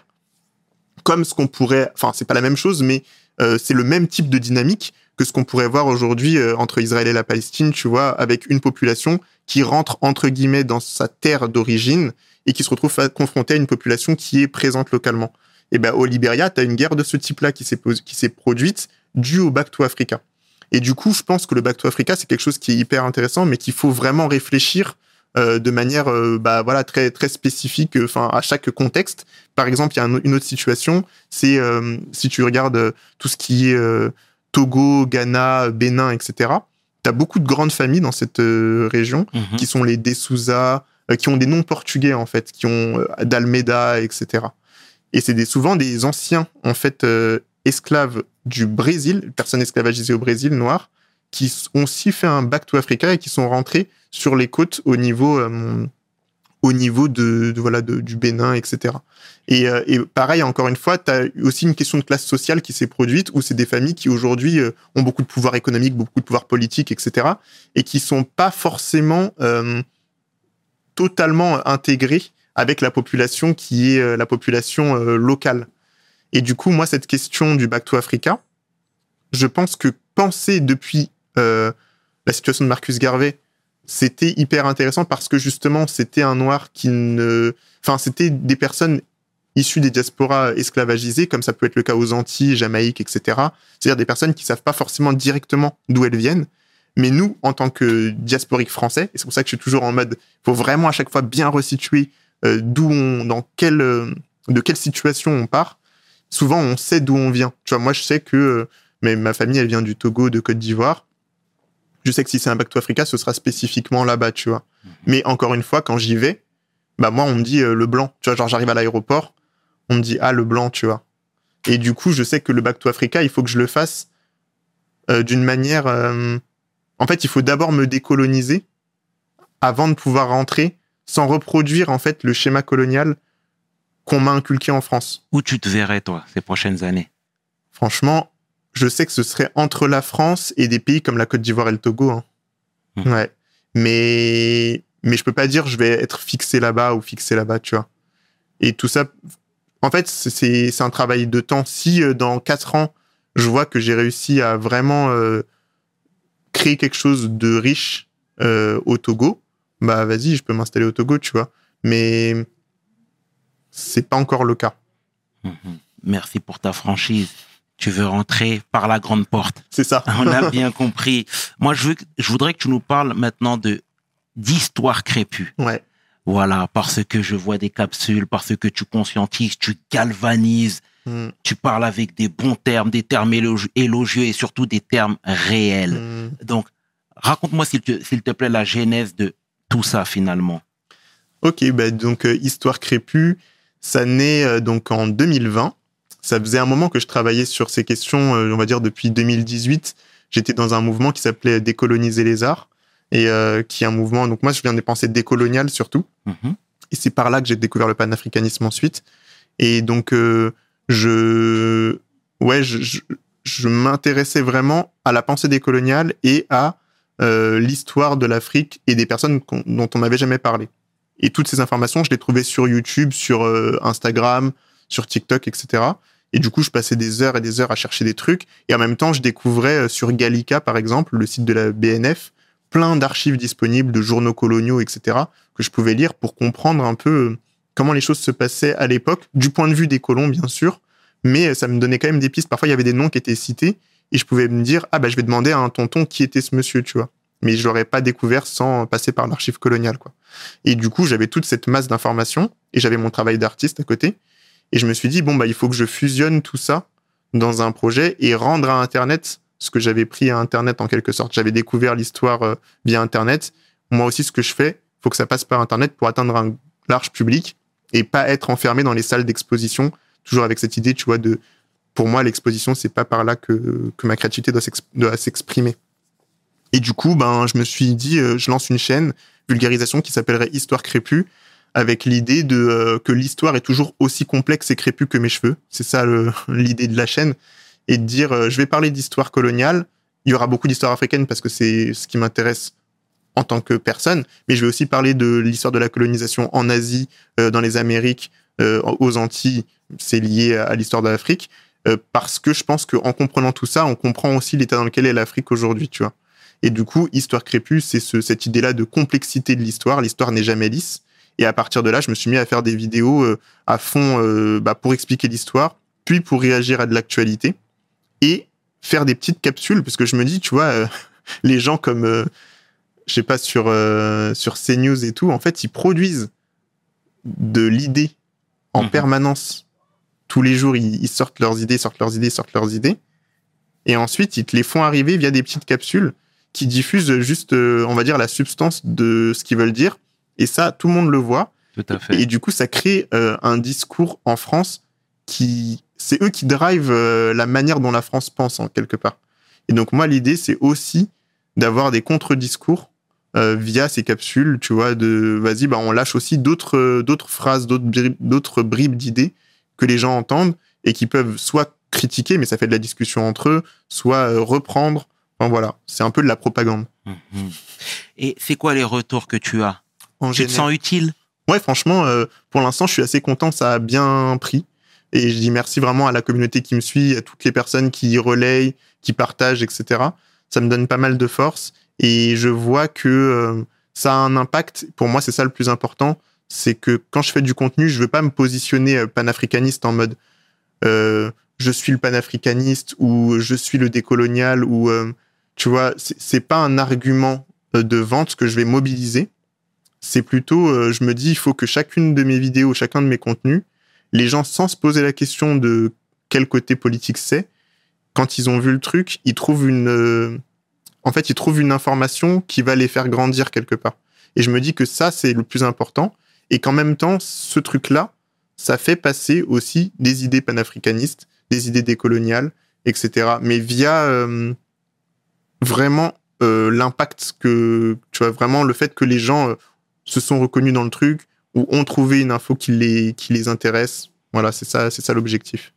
C: comme ce qu'on pourrait... Enfin, c'est pas la même chose, mais euh, c'est le même type de dynamique que ce qu'on pourrait voir aujourd'hui euh, entre Israël et la Palestine, tu vois, avec une population qui rentre, entre guillemets, dans sa terre d'origine et qui se retrouve confrontée à une population qui est présente localement. Et ben, au Libéria, tu as une guerre de ce type-là qui s'est, qui s'est produite due au Back to Africa. Et du coup, je pense que le Back to Africa, c'est quelque chose qui est hyper intéressant, mais qu'il faut vraiment réfléchir euh, de manière euh, bah, voilà, très, très spécifique enfin, à chaque contexte. Par exemple, il y a un, une autre situation, c'est euh, si tu regardes euh, tout ce qui est euh, Togo, Ghana, Bénin, et cetera, tu as beaucoup de grandes familles dans cette euh, région, mmh. qui sont les De Souza, euh, qui ont des noms portugais, en fait, qui ont euh, d'Almeida, et cetera. Et c'est des, souvent des anciens, en fait, euh, esclaves du Brésil, personnes esclavagisées au Brésil, noires, qui ont aussi fait un Back to Africa et qui sont rentrés sur les côtes au niveau, euh, au niveau de, de, voilà, de, du Bénin, et cetera. Et, euh, et pareil, encore une fois, tu as aussi une question de classe sociale qui s'est produite, où c'est des familles qui aujourd'hui euh, ont beaucoup de pouvoir économique, beaucoup de pouvoir politique, et cetera, et qui sont pas forcément euh, totalement intégrées avec la population qui est euh, la population euh, locale. Et du coup, moi, cette question du Back to Africa, je pense que penser depuis euh, la situation de Marcus Garvey, c'était hyper intéressant parce que justement, c'était un noir qui ne... Enfin, c'était des personnes issues des diasporas esclavagisées, comme ça peut être le cas aux Antilles, Jamaïque, et cetera. C'est-à-dire des personnes qui ne savent pas forcément directement d'où elles viennent. Mais nous, en tant que diasporiques français, et c'est pour ça que je suis toujours en mode, il faut vraiment à chaque fois bien resituer euh, d'où on, dans quelle, euh, de quelle situation on part. Souvent, on sait d'où on vient. Tu vois, moi, je sais que euh, mais ma famille, elle vient du Togo, de Côte d'Ivoire. Je sais que si c'est un Back to Africa, ce sera spécifiquement là-bas, tu vois. Mmh. Mais encore une fois, quand j'y vais, bah moi, on me dit euh, le blanc. Tu vois, genre, j'arrive à l'aéroport, on me dit, ah, le blanc, tu vois. Et du coup, je sais que le Back to Africa, il faut que je le fasse euh, d'une manière... Euh... En fait, il faut d'abord me décoloniser avant de pouvoir rentrer sans reproduire, en fait, le schéma colonial qu'on m'a inculqué en France.
A: Où tu te verrais, toi, ces prochaines années?
C: Franchement, je sais que ce serait entre la France et des pays comme la Côte d'Ivoire et le Togo. Hein. Mmh. Ouais. Mais, mais je peux pas dire je vais être fixé là-bas ou fixé là-bas, tu vois. Et tout ça, en fait, c'est, c'est un travail de temps. Si euh, dans quatre ans, je vois que j'ai réussi à vraiment euh, créer quelque chose de riche euh, au Togo, bah vas-y, je peux m'installer au Togo, tu vois. Mais c'est pas encore le cas.
A: Mmh. Merci pour ta franchise. Tu veux rentrer par la grande porte.
C: C'est ça.
A: On a bien compris. Moi, je, veux, je voudrais que tu nous parles maintenant de d'histoire crépue. Ouais. Voilà, parce que je vois des capsules, parce que tu conscientises, tu galvanises, mm. tu parles avec des bons termes, des termes élogieux, élogieux et surtout des termes réels. Mm. Donc, raconte-moi, s'il te, s'il te plaît, la genèse de tout ça, finalement.
C: Ok, bah, donc, euh, Histoire crépue, ça naît euh, donc en deux mille vingt. Ça faisait un moment que je travaillais sur ces questions, euh, on va dire depuis deux mille dix-huit. J'étais dans un mouvement qui s'appelait Décoloniser les arts, et euh, qui est un mouvement, donc moi je viens des pensées décoloniales surtout, mm-hmm. et c'est par là que j'ai découvert le panafricanisme ensuite. Et donc euh, je, ouais, je, je, je m'intéressais vraiment à la pensée décoloniale et à euh, l'histoire de l'Afrique et des personnes dont on m'avait jamais parlé. Et toutes ces informations, je les trouvais sur YouTube, sur euh, Instagram, sur TikTok, et cetera. Et du coup, je passais des heures et des heures à chercher des trucs. Et en même temps, je découvrais sur Gallica, par exemple, le site de la B N F, plein d'archives disponibles, de journaux coloniaux, et cetera, que je pouvais lire pour comprendre un peu comment les choses se passaient à l'époque, du point de vue des colons, bien sûr, mais ça me donnait quand même des pistes. Parfois, il y avait des noms qui étaient cités, et je pouvais me dire, ah bah je vais demander à un tonton qui était ce monsieur, tu vois. Mais je l'aurais pas découvert sans passer par l'archive coloniale, quoi. Et du coup, j'avais toute cette masse d'informations, et j'avais mon travail d'artiste à côté, et je me suis dit, bon bah il faut que je fusionne tout ça dans un projet et rendre à Internet ce que j'avais pris à Internet en quelque sorte. J'avais découvert l'histoire euh, via Internet. Moi aussi, ce que je fais, il faut que ça passe par Internet pour atteindre un large public et pas être enfermé dans les salles d'exposition, toujours avec cette idée, tu vois, de... Pour moi, l'exposition, c'est pas par là que, que ma créativité doit, s'exp... doit s'exprimer. Et du coup, ben, je me suis dit, euh, je lance une chaîne vulgarisation qui s'appellerait Histoire crépue, avec l'idée de euh, que l'histoire est toujours aussi complexe et crépue que mes cheveux. C'est ça le, l'idée de la chaîne. Et de dire, euh, je vais parler d'histoire coloniale. Il y aura beaucoup d'histoire africaine parce que c'est ce qui m'intéresse en tant que personne. Mais je vais aussi parler de l'histoire de la colonisation en Asie, euh, dans les Amériques, euh, aux Antilles. C'est lié à, à l'histoire de l'Afrique. Euh, parce que je pense qu'en comprenant tout ça, on comprend aussi l'état dans lequel est l'Afrique aujourd'hui, tu vois. Et du coup, Histoire crépue, c'est ce, cette idée-là de complexité de l'histoire. L'histoire n'est jamais lisse. Et à partir de là, je me suis mis à faire des vidéos euh, à fond euh, bah, pour expliquer l'histoire, puis pour réagir à de l'actualité, et faire des petites capsules, parce que je me dis, tu vois, euh, les gens comme, euh, je sais pas, sur, euh, sur CNews et tout, en fait, ils produisent de l'idée en mmh. permanence. Tous les jours, ils, ils sortent leurs idées, sortent leurs idées, sortent leurs idées. Et ensuite, ils te les font arriver via des petites capsules qui diffusent juste, euh, on va dire, la substance de ce qu'ils veulent dire. Et ça, tout le monde le voit.
A: Tout à fait.
C: Et, et du coup, ça crée euh, un discours en France qui... C'est eux qui drivent euh, la manière dont la France pense, en quelque part. Et donc, moi, l'idée, c'est aussi d'avoir des contre-discours euh, via ces capsules, tu vois, de vas-y, bah, on lâche aussi d'autres, euh, d'autres phrases, d'autres bribes, d'autres bribes d'idées que les gens entendent et qui peuvent soit critiquer, mais ça fait de la discussion entre eux, soit euh, reprendre. Enfin, voilà, c'est un peu de la propagande.
A: Mmh. Et c'est quoi les retours que tu as?
C: En
A: tu te sens utile?
C: Ouais, franchement, euh, pour l'instant, je suis assez content, ça a bien pris. Et je dis merci vraiment à la communauté qui me suit, à toutes les personnes qui relayent, qui partagent, et cetera. Ça me donne pas mal de force. Et je vois que euh, ça a un impact. Pour moi, c'est ça le plus important. C'est que quand je fais du contenu, je veux pas me positionner panafricaniste en mode euh, je suis le panafricaniste ou je suis le décolonial ou euh, tu vois, c'est, c'est pas un argument de vente que je vais mobiliser. C'est plutôt, euh, je me dis, il faut que chacune de mes vidéos, chacun de mes contenus, les gens, sans se poser la question de quel côté politique c'est, quand ils ont vu le truc, ils trouvent une, euh, en fait, ils trouvent une information qui va les faire grandir quelque part. Et je me dis que ça, c'est le plus important. Et qu'en même temps, ce truc-là, ça fait passer aussi des idées panafricanistes, des idées décoloniales, et cetera. Mais via euh, vraiment euh, l'impact que, tu vois, vraiment le fait que les gens euh, se sont reconnus dans le truc, ou ont trouvé une info qui les, qui les intéresse. Voilà, c'est ça, c'est ça l'objectif.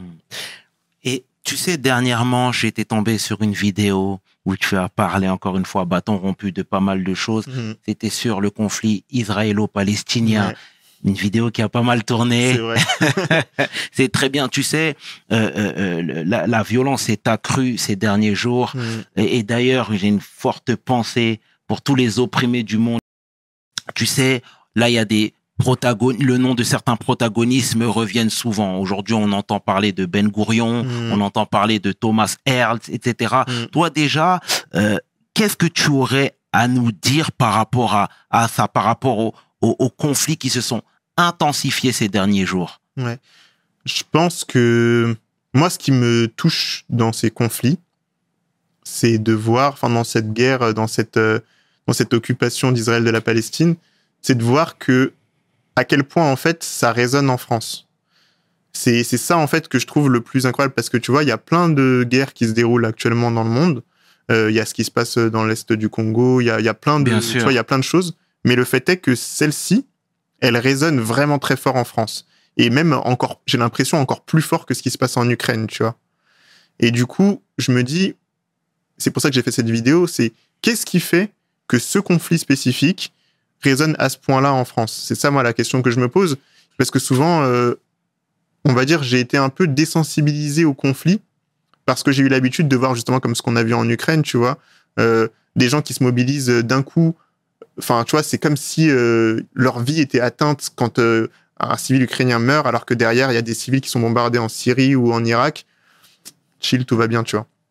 A: Et tu sais, dernièrement, j'étais tombé sur une vidéo où tu as parlé encore une fois, bâton rompu, de pas mal de choses. Mmh. C'était sur le conflit israélo-palestinien. Ouais. Une vidéo qui a pas mal tourné.
C: C'est vrai.
A: C'est très bien. Tu sais, euh, euh, la, la violence est accrue ces derniers jours. Mmh. Et, et d'ailleurs, j'ai une forte pensée pour tous les opprimés du monde. Tu sais, là, il y a des protagonistes, le nom de certains protagonistes me reviennent souvent. Aujourd'hui, on entend parler de Ben Gourion, mmh. on entend parler de Thomas Herzl, et cetera. Mmh. Toi, déjà, euh, qu'est-ce que tu aurais à nous dire par rapport à, à ça, par rapport aux au, au conflits qui se sont intensifiés ces derniers jours?
C: Ouais. Je pense que moi, ce qui me touche dans ces conflits, c'est de voir, enfin, dans cette guerre, dans cette, euh, dans cette occupation d'Israël de la Palestine, c'est de voir que à quel point, en fait, ça résonne en France. C'est, c'est ça, en fait, que je trouve le plus incroyable, parce que, tu vois, il y a plein de guerres qui se déroulent actuellement dans le monde. Euh, il y a ce qui se passe dans l'Est du Congo, il y a, il y a plein de, tu vois, il y a plein de choses. Mais le fait est que celle-ci, elle résonne vraiment très fort en France. Et même encore, j'ai l'impression, encore plus fort que ce qui se passe en Ukraine, tu vois. Et du coup, je me dis, c'est pour ça que j'ai fait cette vidéo, c'est qu'est-ce qui fait que ce conflit spécifique résonne à ce point-là en France? C'est ça, moi, la question que je me pose. Parce que souvent, euh, on va dire, j'ai été un peu désensibilisé au conflit parce que j'ai eu l'habitude de voir justement comme ce qu'on a vu en Ukraine, tu vois, euh, des gens qui se mobilisent d'un coup. Enfin, tu vois, c'est comme si euh, leur vie était atteinte quand euh, un civil ukrainien meurt, alors que derrière, il y a des civils qui sont bombardés en Syrie ou en Irak. Chill, tout va bien, tu vois.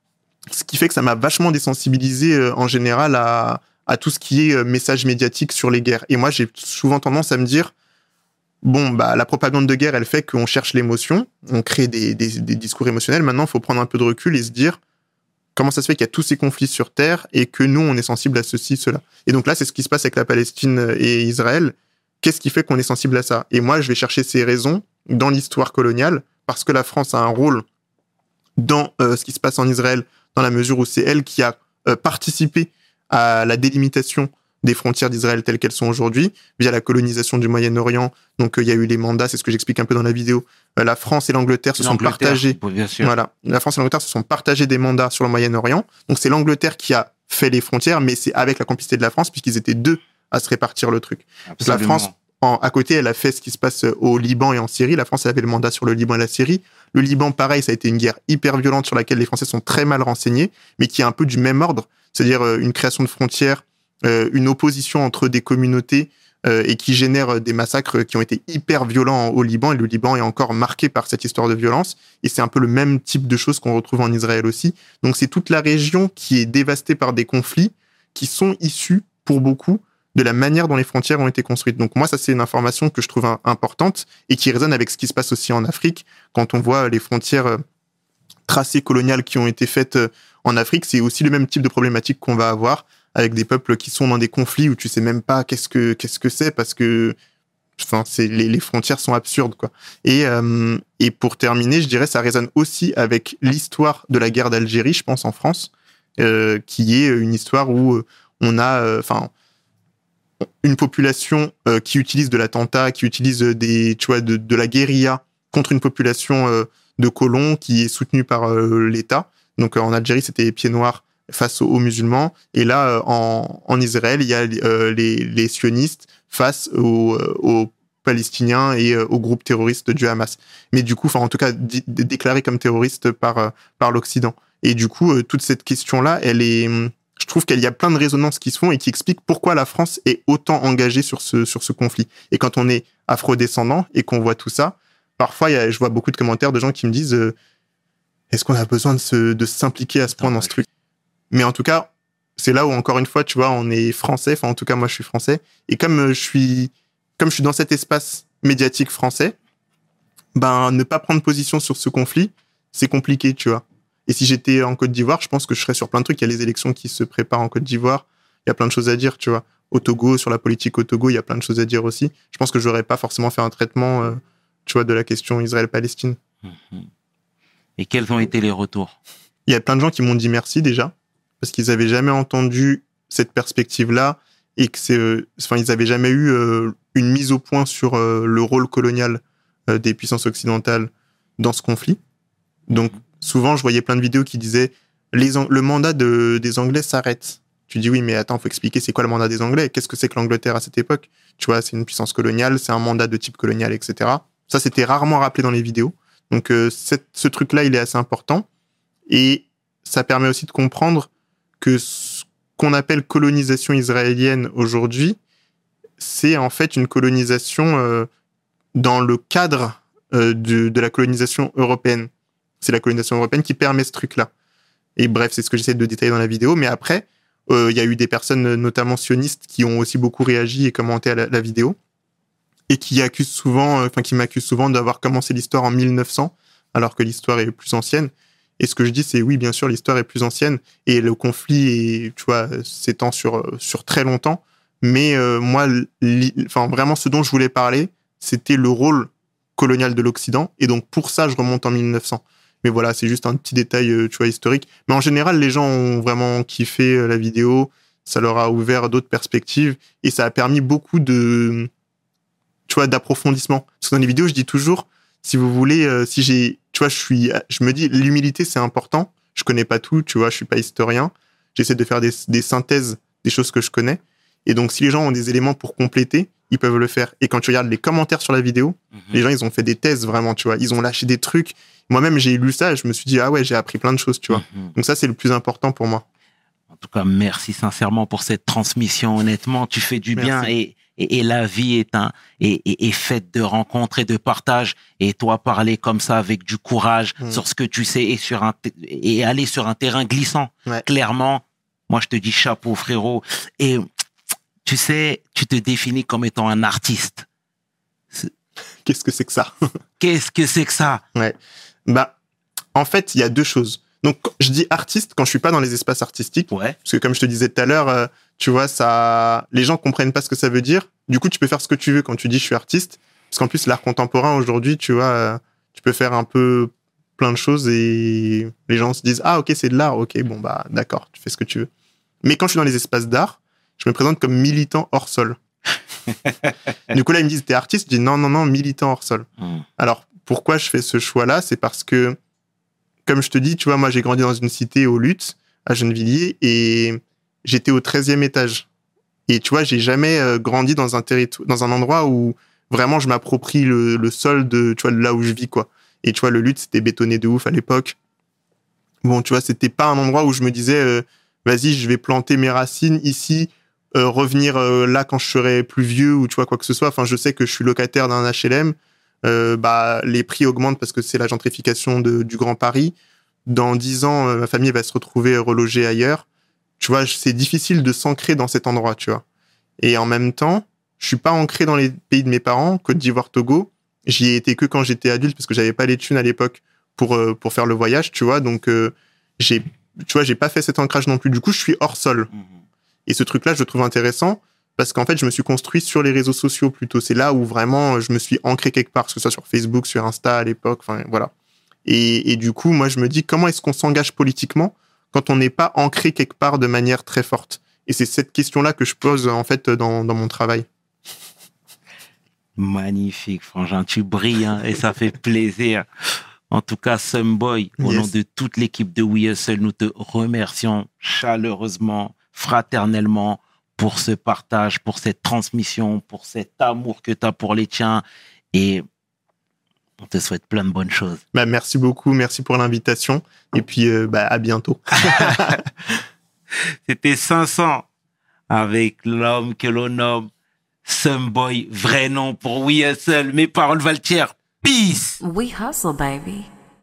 C: ce qui fait que ça m'a vachement désensibilisé euh, en général à, à tout ce qui est euh, message médiatique sur les guerres. Et moi, j'ai souvent tendance à me dire, bon, bah, la propagande de guerre, elle fait qu'on cherche l'émotion, on crée des, des, des discours émotionnels. Maintenant, il faut prendre un peu de recul et se dire comment ça se fait qu'il y a tous ces conflits sur Terre et que nous, on est sensible à ceci, cela. Et donc là, c'est ce qui se passe avec la Palestine et Israël. Qu'est-ce qui fait qu'on est sensible à ça? Et moi, je vais chercher ces raisons dans l'histoire coloniale, parce que la France a un rôle dans euh, ce qui se passe en Israël, dans la mesure où c'est elle qui a euh, participé à la délimitation des frontières d'Israël telles qu'elles sont aujourd'hui, via la colonisation du Moyen-Orient. Donc, il euh, y a eu les mandats, c'est ce que j'explique un peu dans la vidéo. Euh, la France et l'Angleterre se sont partagés.
A: Bien sûr.
C: Voilà. La France et l'Angleterre se sont partagés des mandats sur le Moyen-Orient. Donc, c'est l'Angleterre qui a fait les frontières, mais c'est avec la complicité de la France, puisqu'ils étaient deux à se répartir le truc. Donc, la France, en, à côté, elle a fait ce qui se passe au Liban et en Syrie. La France, elle avait le mandat sur le Liban et la Syrie. Le Liban, pareil, ça a été une guerre hyper violente sur laquelle les Français sont très mal renseignés, mais qui est un peu du même ordre. C'est-à-dire euh, une création de frontières, euh, une opposition entre des communautés euh, et qui génère des massacres qui ont été hyper violents au Liban. Et le Liban est encore marqué par cette histoire de violence. Et c'est un peu le même type de choses qu'on retrouve en Israël aussi. Donc c'est toute la région qui est dévastée par des conflits qui sont issus, pour beaucoup, de la manière dont les frontières ont été construites. Donc moi, ça, c'est une information que je trouve importante et qui résonne avec ce qui se passe aussi en Afrique. Quand on voit les frontières tracées coloniales qui ont été faites en Afrique, c'est aussi le même type de problématique qu'on va avoir avec des peuples qui sont dans des conflits où tu sais même pas qu'est-ce que qu'est-ce que c'est parce que enfin c'est les, les frontières sont absurdes quoi. Et euh, et pour terminer, je dirais ça résonne aussi avec l'histoire de la guerre d'Algérie, je pense en France, euh, qui est une histoire où on a enfin euh, une population euh, qui utilise de l'attentat, qui utilise des tu vois de de la guérilla contre une population euh, de colons qui est soutenue par euh, l'État. Donc en Algérie, c'était les pieds noirs face aux, aux musulmans. Et là, euh, en, en Israël, il y a euh, les, les sionistes face aux, euh, aux Palestiniens et euh, aux groupes terroristes du Hamas. Mais du coup, enfin en tout cas, d- déclarés comme terroristes par, euh, par l'Occident. Et du coup, euh, toute cette question-là, elle est... Je trouve qu'il y a plein de résonances qui se font et qui expliquent pourquoi la France est autant engagée sur ce, sur ce conflit. Et quand on est afro-descendant et qu'on voit tout ça, parfois, il y a, je vois beaucoup de commentaires de gens qui me disent euh, est-ce qu'on a besoin de, se, de s'impliquer à ce point dans ce truc? Mais en tout cas, c'est là où, encore une fois, tu vois, on est français. Enfin, en tout cas, moi, je suis français. Et comme euh, je suis, comme je suis dans cet espace médiatique français, ben, ne pas prendre position sur ce conflit, c'est compliqué, tu vois. Et si j'étais en Côte d'Ivoire, je pense que je serais sur plein de trucs. Il y a les élections qui se préparent en Côte d'Ivoire. Il y a plein de choses à dire, tu vois. Au Togo, sur la politique au Togo, il y a plein de choses à dire aussi. Je pense que je n'aurais pas forcément fait un traitement, euh, tu vois, de la question Israël-Palestine.
A: Et quels ont été les retours?
C: Il y a plein de gens qui m'ont dit merci déjà, parce qu'ils n'avaient jamais entendu cette perspective-là et que c'est, euh, enfin, ils n'avaient jamais eu euh, une mise au point sur euh, le rôle colonial euh, des puissances occidentales dans ce conflit. Donc, souvent, je voyais plein de vidéos qui disaient les Ang- le mandat de, des Anglais s'arrête. Tu dis oui, mais attends, faut expliquer c'est quoi le mandat des Anglais? Qu'est-ce que c'est que l'Angleterre à cette époque? Tu vois, c'est une puissance coloniale, c'est un mandat de type colonial, et cetera. Ça, c'était rarement rappelé dans les vidéos. Donc, euh, cette, ce truc-là, il est assez important. Et ça permet aussi de comprendre que ce qu'on appelle colonisation israélienne aujourd'hui, c'est en fait une colonisation euh, dans le cadre euh, de, de la colonisation européenne. C'est la colonisation européenne qui permet ce truc-là. Et bref, c'est ce que j'essaie de détailler dans la vidéo. Mais après, il euh, y a eu des personnes, notamment sionistes, qui ont aussi beaucoup réagi et commenté à la, la vidéo. Et qui accusent souvent, enfin, euh, qui m'accusent souvent d'avoir commencé l'histoire en mille neuf cents, alors que l'histoire est plus ancienne. Et ce que je dis, c'est oui, bien sûr, l'histoire est plus ancienne et le conflit est, tu vois, s'étend sur, sur très longtemps. Mais euh, moi, li, enfin, vraiment, ce dont je voulais parler, c'était le rôle colonial de l'Occident. Et donc, pour ça, je remonte en mille neuf cents. Mais voilà, c'est juste un petit détail, tu vois, historique. Mais en général, les gens ont vraiment kiffé la vidéo. Ça leur a ouvert d'autres perspectives et ça a permis beaucoup de, tu vois, d'approfondissement. Parce que dans les vidéos, je dis toujours, si vous voulez, euh, si j'ai, tu vois, je suis, je me dis, l'humilité, c'est important. Je connais pas tout, tu vois, je suis pas historien. J'essaie de faire des, des synthèses des choses que je connais. Et donc, si les gens ont des éléments pour compléter, ils peuvent le faire. Et quand tu regardes les commentaires sur la vidéo, mmh. les gens, ils ont fait des thèses, vraiment, tu vois. Ils ont lâché des trucs. Moi-même, j'ai lu ça et je me suis dit, ah ouais, j'ai appris plein de choses, tu vois. Mmh. Donc ça, c'est le plus important pour moi.
A: En tout cas, merci sincèrement pour cette transmission. Honnêtement, tu fais du
C: merci.
A: bien. Et, et, et la vie est un est, est, est faite de rencontres et de partages. Et toi, parler comme ça avec du courage
C: Mm.
A: sur ce que tu sais et sur un t- et aller sur un terrain glissant.
C: Ouais.
A: Clairement, moi je te dis chapeau, frérot. Et tu sais, tu te définis comme étant un artiste.
C: Qu'est-ce que c'est que ça?
A: Qu'est-ce que c'est que ça?
C: Ouais. Bah, en fait, il y a deux choses. Donc, je dis artiste quand je suis pas dans les espaces artistiques.
A: Ouais.
C: Parce que comme je te disais tout à l'heure, euh, tu vois, ça, les gens comprennent pas ce que ça veut dire. Du coup, tu peux faire ce que tu veux quand tu dis je suis artiste. Parce qu'en plus, l'art contemporain aujourd'hui, tu vois, euh, tu peux faire un peu plein de choses et les gens se disent ah ok c'est de l'art, ok bon bah d'accord, tu fais ce que tu veux. Mais quand je suis dans les espaces d'art, je me présente comme militant hors sol. Du coup là ils me disent t'es artiste, je dis non non non militant hors sol.
A: Mm.
C: Alors pourquoi je fais ce choix-là, c'est parce que comme je te dis, tu vois, moi j'ai grandi dans une cité au Lutz, à Gennevilliers, et j'étais au treizième étage. Et tu vois, j'ai jamais euh, grandi dans un territoire, dans un endroit où vraiment je m'approprie le, le sol de, tu vois, de là où je vis, quoi. Et tu vois, le Lutz, c'était bétonné de ouf à l'époque. Bon, tu vois, c'était pas un endroit où je me disais, euh, vas-y, je vais planter mes racines ici, euh, revenir euh, là quand je serai plus vieux ou tu vois, quoi que ce soit. Enfin, je sais que je suis locataire d'un H L M. Euh, bah, les prix augmentent parce que c'est la gentrification de, du Grand Paris. Dans dix ans, euh, ma famille va se retrouver relogée ailleurs. Tu vois, c'est difficile de s'ancrer dans cet endroit, tu vois. Et en même temps, je suis pas ancré dans les pays de mes parents, Côte d'Ivoire, Togo. J'y ai été que quand j'étais adulte parce que j'avais pas les thunes à l'époque pour euh, pour faire le voyage, tu vois. Donc euh, j'ai, tu vois, j'ai pas fait cet ancrage non plus. Du coup, je suis hors sol.
A: Mhm.
C: Et ce truc-là, je le trouve intéressant parce qu'en fait, je me suis construit sur les réseaux sociaux plutôt. C'est là où vraiment je me suis ancré quelque part, que ce soit sur Facebook, sur Insta à l'époque, enfin voilà. Et, et du coup, moi, je me dis comment est-ce qu'on s'engage politiquement quand on n'est pas ancré quelque part de manière très forte. Et c'est cette question-là que je pose en fait dans, dans mon travail.
A: Magnifique, Frangin, tu brilles hein, et ça fait plaisir. En tout cas, Sumboy, au
C: Yes.
A: nom de toute l'équipe de We Hustle, nous te remercions chaleureusement, fraternellement pour ce partage, pour cette transmission, pour cet amour que tu as pour les tiens. Et on te souhaite plein de bonnes choses.
C: Bah, merci beaucoup, merci pour l'invitation. Et puis, euh, bah, à bientôt.
A: C'était cinq cents avec l'homme que l'on nomme Sumboy, vrai nom pour We Hustle. Mes paroles valent cher. Peace!
B: We hustle, baby.